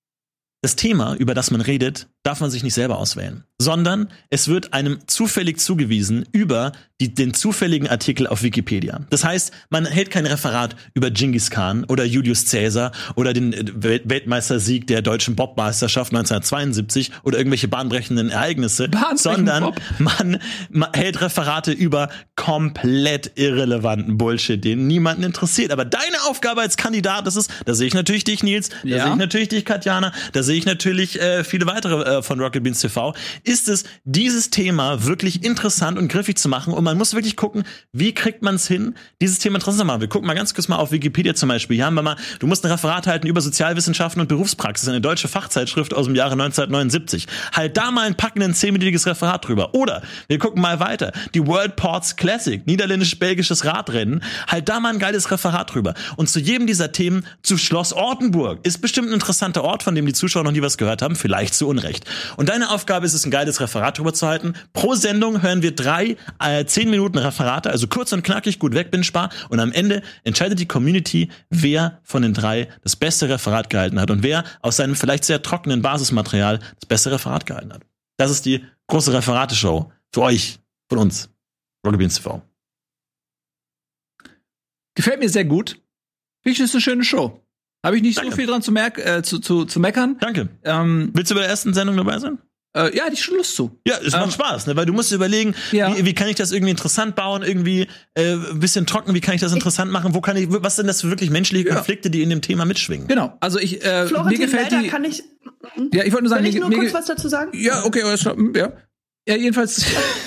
das Thema, über das man redet, darf man sich nicht selber auswählen, sondern es wird einem zufällig zugewiesen über den zufälligen Artikel auf Wikipedia. Das heißt, man hält kein Referat über Genghis Khan oder Julius Caesar oder den Weltmeistersieg der deutschen Bobmeisterschaft 1972 oder irgendwelche bahnbrechenden Ereignisse, sondern man hält Referate über komplett irrelevanten Bullshit, den niemanden interessiert. Aber deine Aufgabe als Kandidat, da sehe ich natürlich dich, Nils, da sehe ich natürlich dich, Katjana, da sehe ich natürlich viele weitere von Rocket Beans TV, ist es, dieses Thema wirklich interessant und griffig zu machen. Und man muss wirklich gucken, wie kriegt man es hin, dieses Thema interessant zu machen. Wir gucken mal ganz kurz mal auf Wikipedia zum Beispiel. Hier haben wir mal, du musst ein Referat halten über Sozialwissenschaften und Berufspraxis, eine deutsche Fachzeitschrift aus dem Jahre 1979. Halt da mal ein packenden 10-minütiges Referat drüber. Oder wir gucken mal weiter. Die World Ports Classic, niederländisch-belgisches Radrennen. Halt da mal ein geiles Referat drüber. Und zu jedem dieser Themen, zu Schloss Ortenburg, ist bestimmt ein interessanter Ort, von dem die Zuschauer noch nie was gehört haben, vielleicht zu Unrecht. Und deine Aufgabe ist es, ein geiles Referat drüber zu halten. Pro Sendung hören wir 3 10 Minuten Referate, also kurz und knackig, gut wegbindbar. Und am Ende entscheidet die Community, wer von den 3 das beste Referat gehalten hat und wer aus seinem vielleicht sehr trockenen Basismaterial das beste Referat gehalten hat. Das ist die große Referateshow für euch, von uns, Rocket Beans TV. Gefällt mir sehr gut. Wirklich ist eine schöne Show. Habe ich nicht so viel dran zu meckern. Danke. Willst du bei der ersten Sendung dabei sein? Ja, hätte ich schon Lust zu. Ja, es macht Spaß, ne? Weil du musst überlegen, wie kann ich das irgendwie interessant bauen, irgendwie ein bisschen trocken, wie kann ich das interessant machen, was sind das für wirklich menschliche Konflikte, die in dem Thema mitschwingen? Genau, also mir gefällt die... Kann ich, ja, ich wollte nur sagen... Kann ich nur kurz was dazu sagen? Ja, okay, ja. Ja, jedenfalls...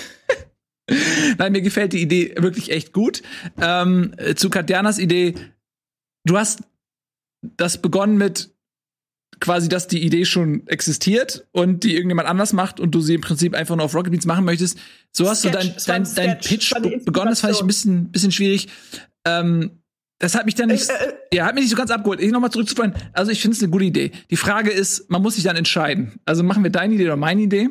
Nein, mir gefällt die Idee wirklich echt gut. Zu Katjanas Idee, du hast das begonnen mit quasi, dass die Idee schon existiert und die irgendjemand anders macht und du sie im Prinzip einfach nur auf Rocket Beans machen möchtest. So hast du dein Pitch begonnen, das fand ich ein bisschen schwierig. Das hat mich dann nicht, hat mich nicht so ganz abgeholt. Ich nochmal zurückzufallen. Also ich finde es eine gute Idee. Die Frage ist, man muss sich dann entscheiden. Also machen wir deine Idee oder meine Idee?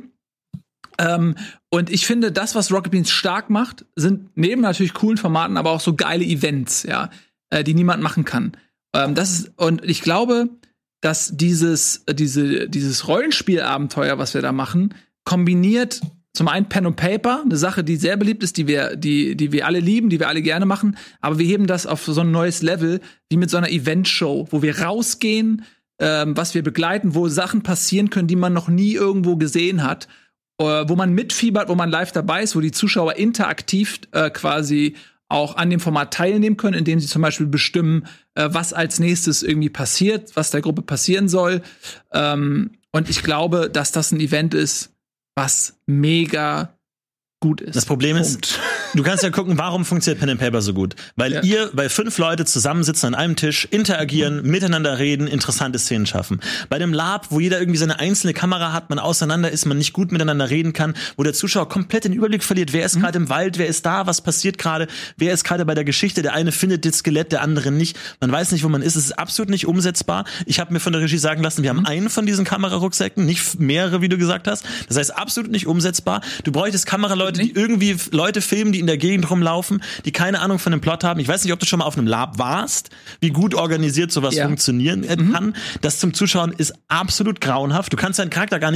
Und ich finde, das, was Rocket Beans stark macht, sind neben natürlich coolen Formaten, aber auch so geile Events, die niemand machen kann. Und ich glaube, dass dieses Rollenspielabenteuer, was wir da machen, kombiniert zum einen Pen und Paper, eine Sache, die sehr beliebt ist, die wir alle lieben, die wir alle gerne machen, aber wir heben das auf so ein neues Level, wie mit so einer Eventshow, wo wir rausgehen, was wir begleiten, wo Sachen passieren können, die man noch nie irgendwo gesehen hat, wo man mitfiebert, wo man live dabei ist, wo die Zuschauer interaktiv quasi auch an dem Format teilnehmen können, indem sie zum Beispiel bestimmen, was als nächstes irgendwie passiert, was der Gruppe passieren soll. Und ich glaube, dass das ein Event ist, was mega gut ist. Das Problem ist, du kannst ja gucken, warum funktioniert Pen and Paper so gut? Weil weil 5 Leute zusammensitzen an einem Tisch, interagieren, miteinander reden, interessante Szenen schaffen. Bei dem Lab, wo jeder irgendwie seine einzelne Kamera hat, man auseinander ist, man nicht gut miteinander reden kann, wo der Zuschauer komplett den Überblick verliert, wer ist gerade im Wald, wer ist da, was passiert gerade, wer ist gerade bei der Geschichte, der eine findet das Skelett, der andere nicht. Man weiß nicht, wo man ist, es ist absolut nicht umsetzbar. Ich habe mir von der Regie sagen lassen, wir haben einen von diesen Kamerarucksäcken, nicht mehrere, wie du gesagt hast. Das heißt, absolut nicht umsetzbar. Du bräuchtest Kameraleute, die irgendwie Leute filmen, die in der Gegend rumlaufen, die keine Ahnung von dem Plot haben. Ich weiß nicht, ob du schon mal auf einem Lab warst, wie gut organisiert sowas funktionieren kann. Das zum Zuschauen ist absolut grauenhaft. Du kannst deinen Charakter gar nicht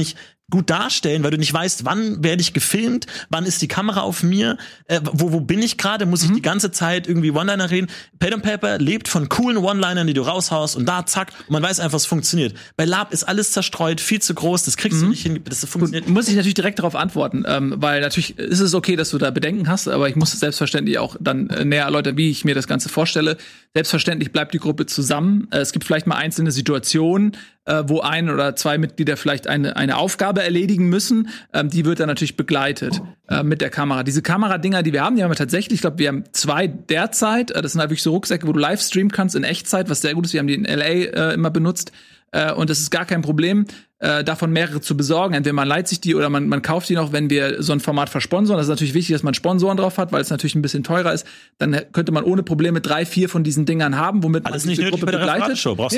gut darstellen, weil du nicht weißt, wann werde ich gefilmt, wann ist die Kamera auf mir, wo bin ich gerade, muss ich die ganze Zeit irgendwie One-Liner reden. Pen & Paper lebt von coolen One-Linern, die du raushaust und da zack, und man weiß einfach, es funktioniert. Bei Lab ist alles zerstreut, viel zu groß, das kriegst du nicht hin, das funktioniert. Gut, muss ich natürlich direkt darauf antworten, weil natürlich ist es okay, dass du da Bedenken hast, aber ich muss selbstverständlich auch dann näher erläutern, wie ich mir das Ganze vorstelle. Selbstverständlich bleibt die Gruppe zusammen. Es gibt vielleicht mal einzelne Situationen, wo ein oder zwei Mitglieder vielleicht eine Aufgabe erledigen müssen. Die wird dann natürlich begleitet mit der Kamera. Diese Kameradinger, die haben wir tatsächlich, ich glaube, wir haben 2 derzeit. Das sind halt wirklich so Rucksäcke, wo du live streamen kannst in Echtzeit, was sehr gut ist. Wir haben die in LA immer benutzt. Und es ist gar kein Problem, davon mehrere zu besorgen. Entweder man leiht sich die oder man kauft die noch, wenn wir so ein Format versponsoren. Das ist natürlich wichtig, dass man Sponsoren drauf hat, weil es natürlich ein bisschen teurer ist. Dann könnte man ohne Probleme 3, 4 von diesen Dingern haben, womit man die Gruppe begleitet. Brauchst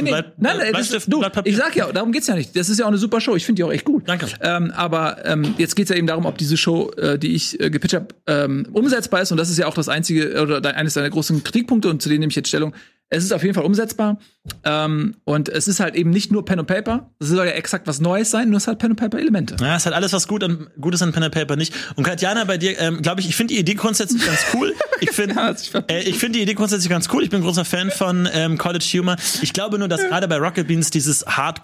ich sag ja, darum geht's ja nicht. Das ist ja auch eine super Show. Ich finde die auch echt gut. Danke. Aber jetzt geht's ja eben darum, ob diese Show, die ich gepitcht habe, umsetzbar ist. Und das ist ja auch das einzige oder eines deiner großen Kritikpunkte, und zu denen nehme ich jetzt Stellung. Es ist auf jeden Fall umsetzbar. Und es ist halt eben nicht nur Pen & Paper. Das soll ja exakt was Neues sein, nur es hat Pen & Paper-Elemente. Ja, es hat alles, was gut ist an Pen & Paper nicht. Und Katjana, bei dir, glaube ich finde die Idee grundsätzlich ganz cool. Ich finde die Idee grundsätzlich ganz cool. Ich bin ein großer Fan von College Humor. Ich glaube nur, dass gerade bei Rocket Beans dieses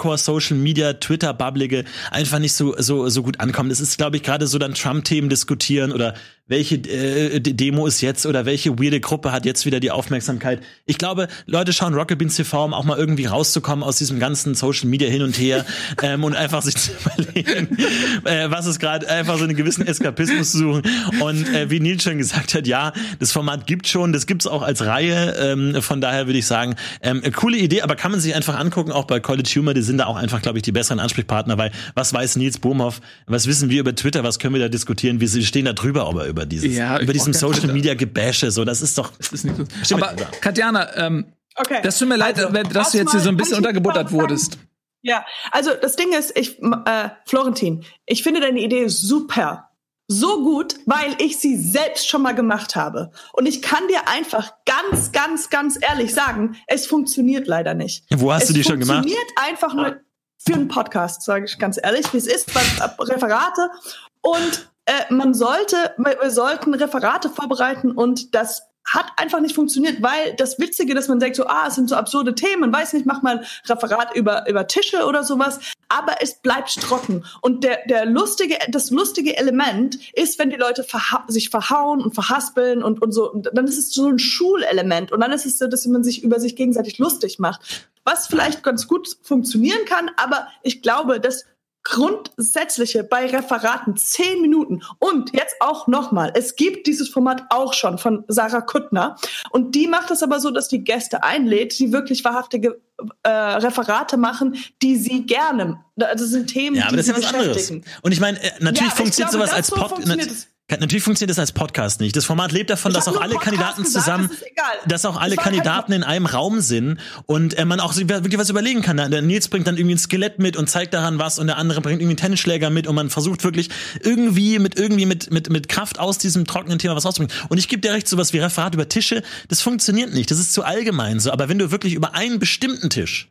Hardcore-Social-Media-Twitter-Bubblige einfach nicht so gut ankommt. Es ist, glaube ich, gerade so dann Trump-Themen diskutieren oder welche Demo ist jetzt oder welche weirde Gruppe hat jetzt wieder die Aufmerksamkeit. Ich glaube, Leute schauen Rocket Beans TV, um auch mal irgendwie rauszukommen aus diesem ganzen Social Media hin und her und einfach sich zu überlegen, was ist gerade, einfach so einen gewissen Eskapismus zu suchen. Und wie Nils schon gesagt hat, ja, das Format gibt schon, das gibt's auch als Reihe. Von daher würde ich sagen, coole Idee, aber kann man sich einfach angucken, auch bei College Humor, die sind da auch einfach, glaube ich, die besseren Ansprechpartner, weil was weiß Nils Bohmhoff, was wissen wir über Twitter, was können wir da diskutieren, wir stehen da drüber, aber über diesen Social Media Gebäsche, so, das ist doch. Das ist nicht so. Aber Katjana, okay. Das tut mir leid, dass du jetzt hier so ein bisschen untergebuttert wurdest. Ja, also das Ding ist, Florentin, ich finde deine Idee super. So gut, weil ich sie selbst schon mal gemacht habe. Und ich kann dir einfach ganz, ganz, ganz ehrlich sagen, es funktioniert leider nicht. Wo hast du die schon gemacht? Es funktioniert einfach nur für einen Podcast, sage ich ganz ehrlich, wie es ist, bei Referate. Und wir sollten Referate vorbereiten und das hat einfach nicht funktioniert, weil das Witzige, dass man denkt so, es sind so absurde Themen, weiß nicht, mach mal ein Referat über Tische oder sowas, aber es bleibt trocken. Und das lustige Element ist, wenn die Leute sich verhauen und verhaspeln und so, und dann ist es so ein Schulelement und dann ist es so, dass man sich über sich gegenseitig lustig macht, was vielleicht ganz gut funktionieren kann, aber ich glaube, dass Grundsätzliche bei Referaten 10 Minuten und jetzt auch nochmal, es gibt dieses Format auch schon von Sarah Kuttner und die macht es aber so, dass die Gäste einlädt, die wirklich wahrhaftige Referate machen, die sie gerne, also sind Themen, ja, aber die das ist ja was anderes. Und ich meine, natürlich funktioniert sowas als Podcast. Natürlich funktioniert das als Podcast nicht. Das Format lebt davon, dass auch alle Kandidaten zusammen, dass auch alle Kandidaten in einem Raum sind und man auch wirklich was überlegen kann. Der Nils bringt dann irgendwie ein Skelett mit und zeigt daran was und der andere bringt irgendwie einen Tennisschläger mit und man versucht wirklich irgendwie mit Kraft aus diesem trockenen Thema was rauszubringen. Und ich gebe dir recht, sowas wie Referat über Tische, das funktioniert nicht. Das ist zu allgemein so. Aber wenn du wirklich über einen bestimmten Tisch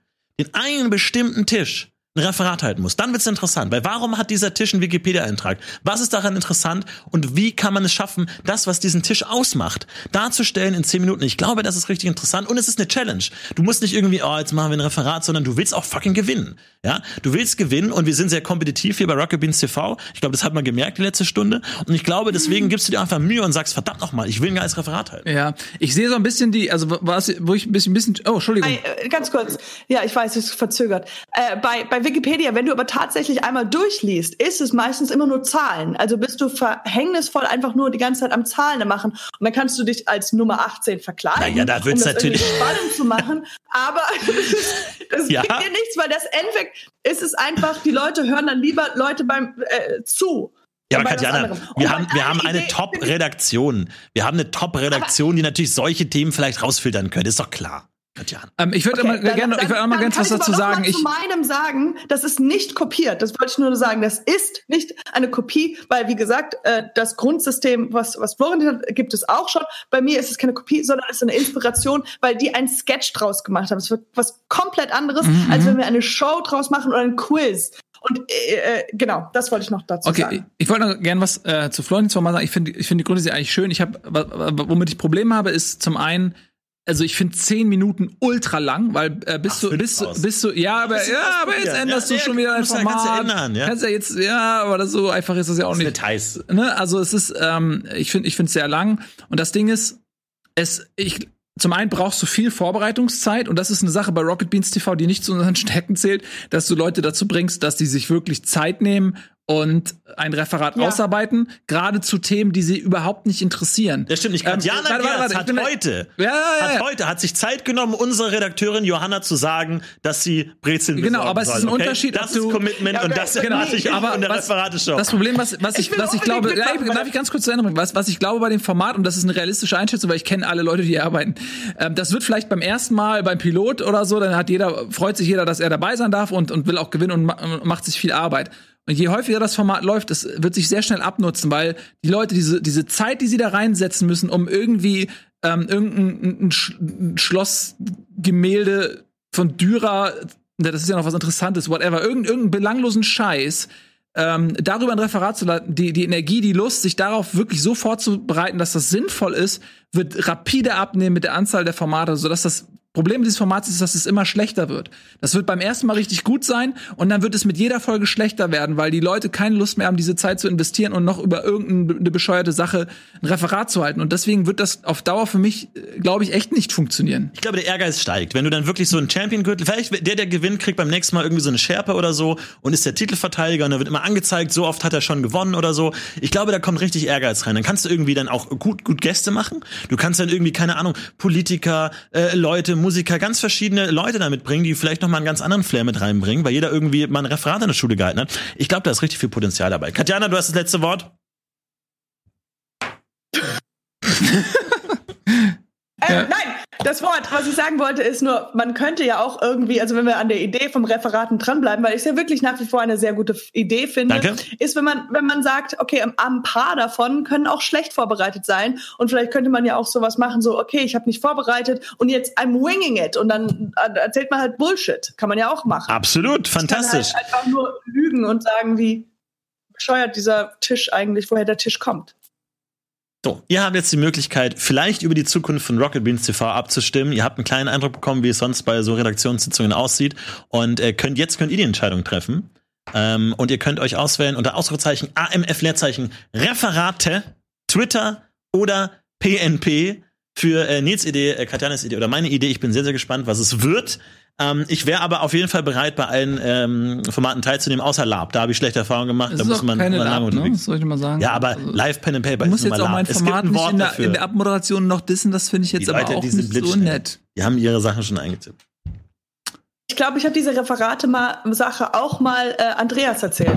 ein Referat halten muss, dann wird's interessant. Weil warum hat dieser Tisch einen Wikipedia-Eintrag? Was ist daran interessant? Und wie kann man es schaffen, das, was diesen Tisch ausmacht, darzustellen in 10 Minuten? Ich glaube, das ist richtig interessant. Und es ist eine Challenge. Du musst nicht irgendwie, jetzt machen wir ein Referat, sondern du willst auch fucking gewinnen. Ja, du willst gewinnen und wir sind sehr kompetitiv hier bei Rocket Beans TV. Ich glaube, das hat man gemerkt die letzte Stunde. Und ich glaube, deswegen gibst du dir einfach Mühe und sagst, verdammt nochmal, ich will ein geiles Referat halten. Ja, ich sehe so ein bisschen wo ich ein bisschen, Entschuldigung. Ganz kurz. Ja, ich weiß, es ist verzögert. Bei Wikipedia, wenn du aber tatsächlich einmal durchliest, ist es meistens immer nur Zahlen. Also bist du verhängnisvoll einfach nur die ganze Zeit am Zahlen machen. Und dann kannst du dich als Nummer 18 verkleiden, ja, da wird's um das natürlich spannend zu machen. Aber das ja. bringt dir nichts, weil das Endeffekt ist es einfach, die Leute hören dann lieber Leute beim zu. Ja, aber Katjana, wir haben eine Top-Redaktion. Wir haben eine Top-Redaktion, die natürlich solche Themen vielleicht rausfiltern könnte. Ist doch klar. Ich würde auch mal ganz was dazu sagen. Ich zu meinem sagen, das ist nicht kopiert. Das wollte ich nur sagen. Das ist nicht eine Kopie, weil, wie gesagt, das Grundsystem, was Florentin hat, gibt es auch schon. Bei mir ist es keine Kopie, sondern es ist eine Inspiration, weil die einen Sketch draus gemacht haben. Es wird was komplett anderes, als wenn wir eine Show draus machen oder ein Quiz. Und genau, das wollte ich noch dazu sagen. Okay, ich wollte noch gerne was zu Florentin mal sagen. Ich finde die Grundidee eigentlich schön. Womit ich Probleme habe, ist zum einen, also ich finde 10 Minuten ultra lang, weil bis du aber jetzt änderst du schon wieder ein Format. Kannst du ändern, ja. Kannst ja jetzt, aber das so einfach ist das ja auch nicht. Details. Ne? Also es ist, ich finde es sehr lang. Und das Ding ist, zum einen brauchst du viel Vorbereitungszeit und das ist eine Sache bei Rocket Beans TV, die nicht zu unseren Stärken zählt, dass du Leute dazu bringst, dass die sich wirklich Zeit nehmen und ein Referat ausarbeiten, gerade zu Themen, die sie überhaupt nicht interessieren. Das stimmt nicht. Jana Gerz hat sich Zeit genommen, unsere Redakteurin Johanna zu sagen, dass sie Brezeln besorgen soll. Aber es ist ein Unterschied. Das ist Commitment und das erwarte ich auch in der Referate-Show. Das Problem, was ich glaube, darf ich ganz kurz zu Ende bringen, was ich glaube bei dem Format, und das ist eine realistische Einschätzung, weil ich kenne alle Leute, die hier arbeiten, das wird vielleicht beim ersten Mal beim Pilot oder so, dann freut sich jeder, dass er dabei sein darf und will auch gewinnen und macht sich viel Arbeit. Und je häufiger das Format läuft, das wird sich sehr schnell abnutzen, weil die Leute diese Zeit, die sie da reinsetzen müssen, um irgendwie irgendein Schlossgemälde von Dürer, das ist ja noch was Interessantes, whatever, irgendeinen belanglosen Scheiß, darüber ein Referat zu leiten, die Energie, die Lust, sich darauf wirklich so vorzubereiten, dass das sinnvoll ist, wird rapide abnehmen mit der Anzahl der Formate, sodass das Problem dieses Formats ist, dass es immer schlechter wird. Das wird beim ersten Mal richtig gut sein und dann wird es mit jeder Folge schlechter werden, weil die Leute keine Lust mehr haben, diese Zeit zu investieren und noch über irgendeine bescheuerte Sache ein Referat zu halten. Und deswegen wird das auf Dauer für mich, glaube ich, echt nicht funktionieren. Ich glaube, der Ehrgeiz steigt. Wenn du dann wirklich so einen Champion-Gürtel, vielleicht der gewinnt, kriegt beim nächsten Mal irgendwie so eine Schärpe oder so und ist der Titelverteidiger und da wird immer angezeigt, so oft hat er schon gewonnen oder so. Ich glaube, da kommt richtig Ehrgeiz rein. Dann kannst du irgendwie dann auch gut Gäste machen. Du kannst dann irgendwie, keine Ahnung, Politiker, Leute, Musiker, ganz verschiedene Leute damit bringen, die vielleicht noch mal einen ganz anderen Flair mit reinbringen, weil jeder irgendwie mal ein Referat in der Schule gehalten hat. Ich glaube, da ist richtig viel Potenzial dabei. Katjana, du hast das letzte Wort. Nein, das Wort, was ich sagen wollte, ist nur, man könnte ja auch irgendwie, also wenn wir an der Idee vom Referaten dranbleiben, weil ich es ja wirklich nach wie vor eine sehr gute Idee finde, ist, wenn man sagt, okay, ein paar davon können auch schlecht vorbereitet sein und vielleicht könnte man ja auch sowas machen, so, okay, ich habe nicht vorbereitet und jetzt I'm winging it und dann erzählt man halt Bullshit. Kann man ja auch machen. Absolut, fantastisch. Ich kann halt einfach nur lügen und sagen, wie bescheuert dieser Tisch eigentlich, woher der Tisch kommt. So, ihr habt jetzt die Möglichkeit, vielleicht über die Zukunft von Rocket Beans TV abzustimmen. Ihr habt einen kleinen Eindruck bekommen, wie es sonst bei so Redaktionssitzungen aussieht. Und könnt ihr die Entscheidung treffen. Und ihr könnt euch auswählen unter Ausrufezeichen AMF Referate, Twitter oder PNP für Nils Idee, Katjanas Idee oder meine Idee. Ich bin sehr, sehr gespannt, was es wird. Ich wäre aber auf jeden Fall bereit, bei allen Formaten teilzunehmen, außer Lab. Da habe ich schlechte Erfahrungen gemacht. Da muss man keine Lab, ne? Soll ich mal sagen? Ja, aber Live Pen and Paper ist nochmal Lab. Muss jetzt auch mein Format nicht in der Abmoderation noch dissen, das finde ich jetzt aber auch nicht so nett. Die haben ihre Sachen schon eingetippt. Ich glaube, ich habe diese Referate-Sache auch mal Andreas erzählt.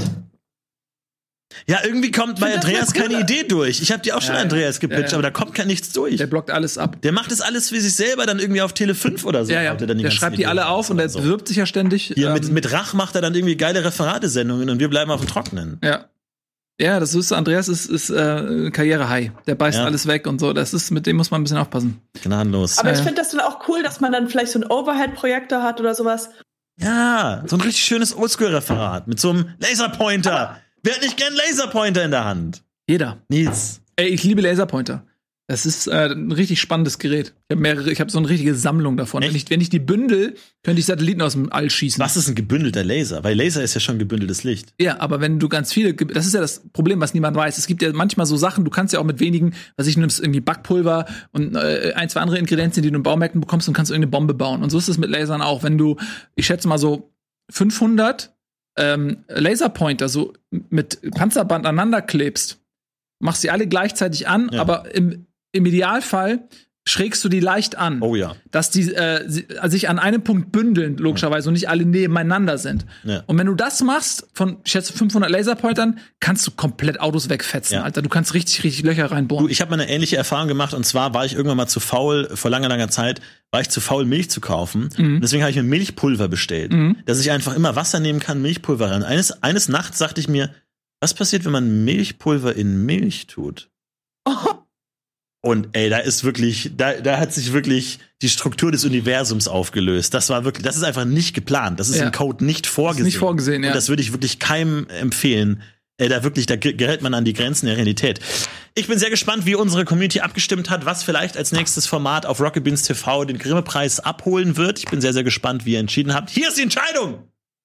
Ja, irgendwie kommt bei Andreas keine Idee durch. Ich habe die auch schon Andreas gepitcht, aber da kommt nichts durch. Der blockt alles ab. Der macht das alles für sich selber dann irgendwie auf Tele 5 oder so. Ja. Der schreibt die alle auf und der bewirbt sich ja ständig. Hier, mit Rach macht er dann irgendwie geile Referatesendungen und wir bleiben auf dem Trockenen. Ja, das ist, Andreas ist Karriere-High. Der beißt alles weg und so. Mit dem muss man ein bisschen aufpassen. Gnadenlos. Aber ich finde das dann auch cool, dass man dann vielleicht so einen Overhead-Projektor hat oder sowas. Ja, so ein richtig schönes Oldschool-Referat mit so einem Laserpointer. Wer hat nicht gern Laserpointer in der Hand? Jeder. Nils. Ey, ich liebe Laserpointer. Das ist ein richtig spannendes Gerät. Ich habe so eine richtige Sammlung davon. Wenn ich die bündel, könnte ich Satelliten aus dem All schießen. Was ist ein gebündelter Laser? Weil Laser ist ja schon gebündeltes Licht. Ja, aber wenn du ganz viele, das ist ja das Problem, was niemand weiß. Es gibt ja manchmal so Sachen, du kannst ja auch mit wenigen, nimmst irgendwie Backpulver und ein, zwei andere Ingredienzien, die du in Baumärkten bekommst und kannst irgendeine Bombe bauen. Und so ist es mit Lasern auch. Wenn du, ich schätze mal so 500 Laserpointer so mit Panzerband aneinander klebst, machst sie alle gleichzeitig an, aber im Idealfall schrägst du die leicht an. Oh ja. Dass die sich an einem Punkt bündeln, logischerweise, und nicht alle nebeneinander sind. Ja. Und wenn du das machst, von, ich schätze, 500 Laserpointern, kannst du komplett Autos wegfetzen, Alter. Du kannst richtig Löcher reinbohren. Du, ich habe mal eine ähnliche Erfahrung gemacht, und zwar war ich irgendwann mal zu faul, vor langer Zeit, war ich zu faul, Milch zu kaufen. Und deswegen habe ich mir Milchpulver bestellt. Dass ich einfach immer Wasser nehmen kann, Milchpulver rein. Eines Nachts sagte ich mir, was passiert, wenn man Milchpulver in Milch tut? Und ey, da hat sich wirklich die Struktur des Universums aufgelöst. Das ist einfach nicht geplant. Das ist im Code nicht vorgesehen. Ist nicht vorgesehen, ja. Und das würde ich wirklich keinem empfehlen. Da gerät man an die Grenzen der Realität. Ich bin sehr gespannt, wie unsere Community abgestimmt hat, was vielleicht als nächstes Format auf Rocket Beans TV den Grimme-Preis abholen wird. Ich bin sehr, sehr gespannt, wie ihr entschieden habt. Hier ist die Entscheidung!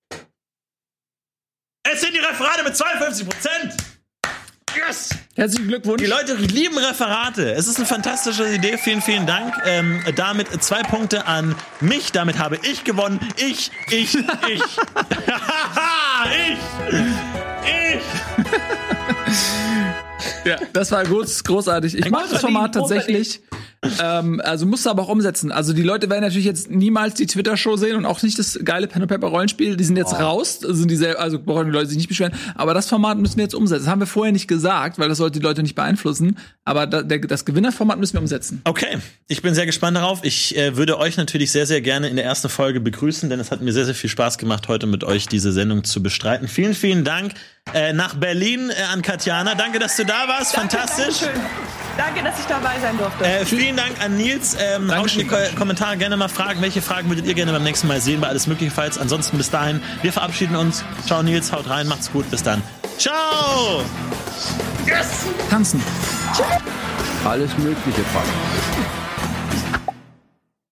Es sind die Referate mit 52%! Yes! Herzlichen Glückwunsch. Die Leute lieben Referate. Es ist eine fantastische Idee. Vielen, vielen Dank. Damit 2 Punkte an mich. Damit habe ich gewonnen. Ich. Ich. Ja, das war großartig. Ich mag das Format tatsächlich. Also musst du aber auch umsetzen. Also die Leute werden natürlich jetzt niemals die Twitter-Show sehen und auch nicht das geile Pen & Paper Rollenspiel. Die sind jetzt raus, also brauchen die Leute sich nicht beschweren. Aber das Format müssen wir jetzt umsetzen. Das haben wir vorher nicht gesagt, weil das sollte die Leute nicht beeinflussen. Aber das Gewinnerformat müssen wir umsetzen. Okay, ich bin sehr gespannt darauf. Ich würde euch natürlich sehr, sehr gerne in der ersten Folge begrüßen, denn es hat mir sehr, sehr viel Spaß gemacht, heute mit euch diese Sendung zu bestreiten. Vielen, vielen Dank nach Berlin an Katjana. Danke, dass du da warst. Fantastisch. Danke, dass ich dabei sein durfte. Vielen Dank an Nils. Haut in die Kommentare gerne mal Fragen. Welche Fragen würdet ihr gerne beim nächsten Mal sehen? Bei Alles Mögliche. Falls. Ansonsten bis dahin. Wir verabschieden uns. Ciao Nils, haut rein. Macht's gut. Bis dann. Ciao. Yes! Tanzen. Alles Mögliche Fall.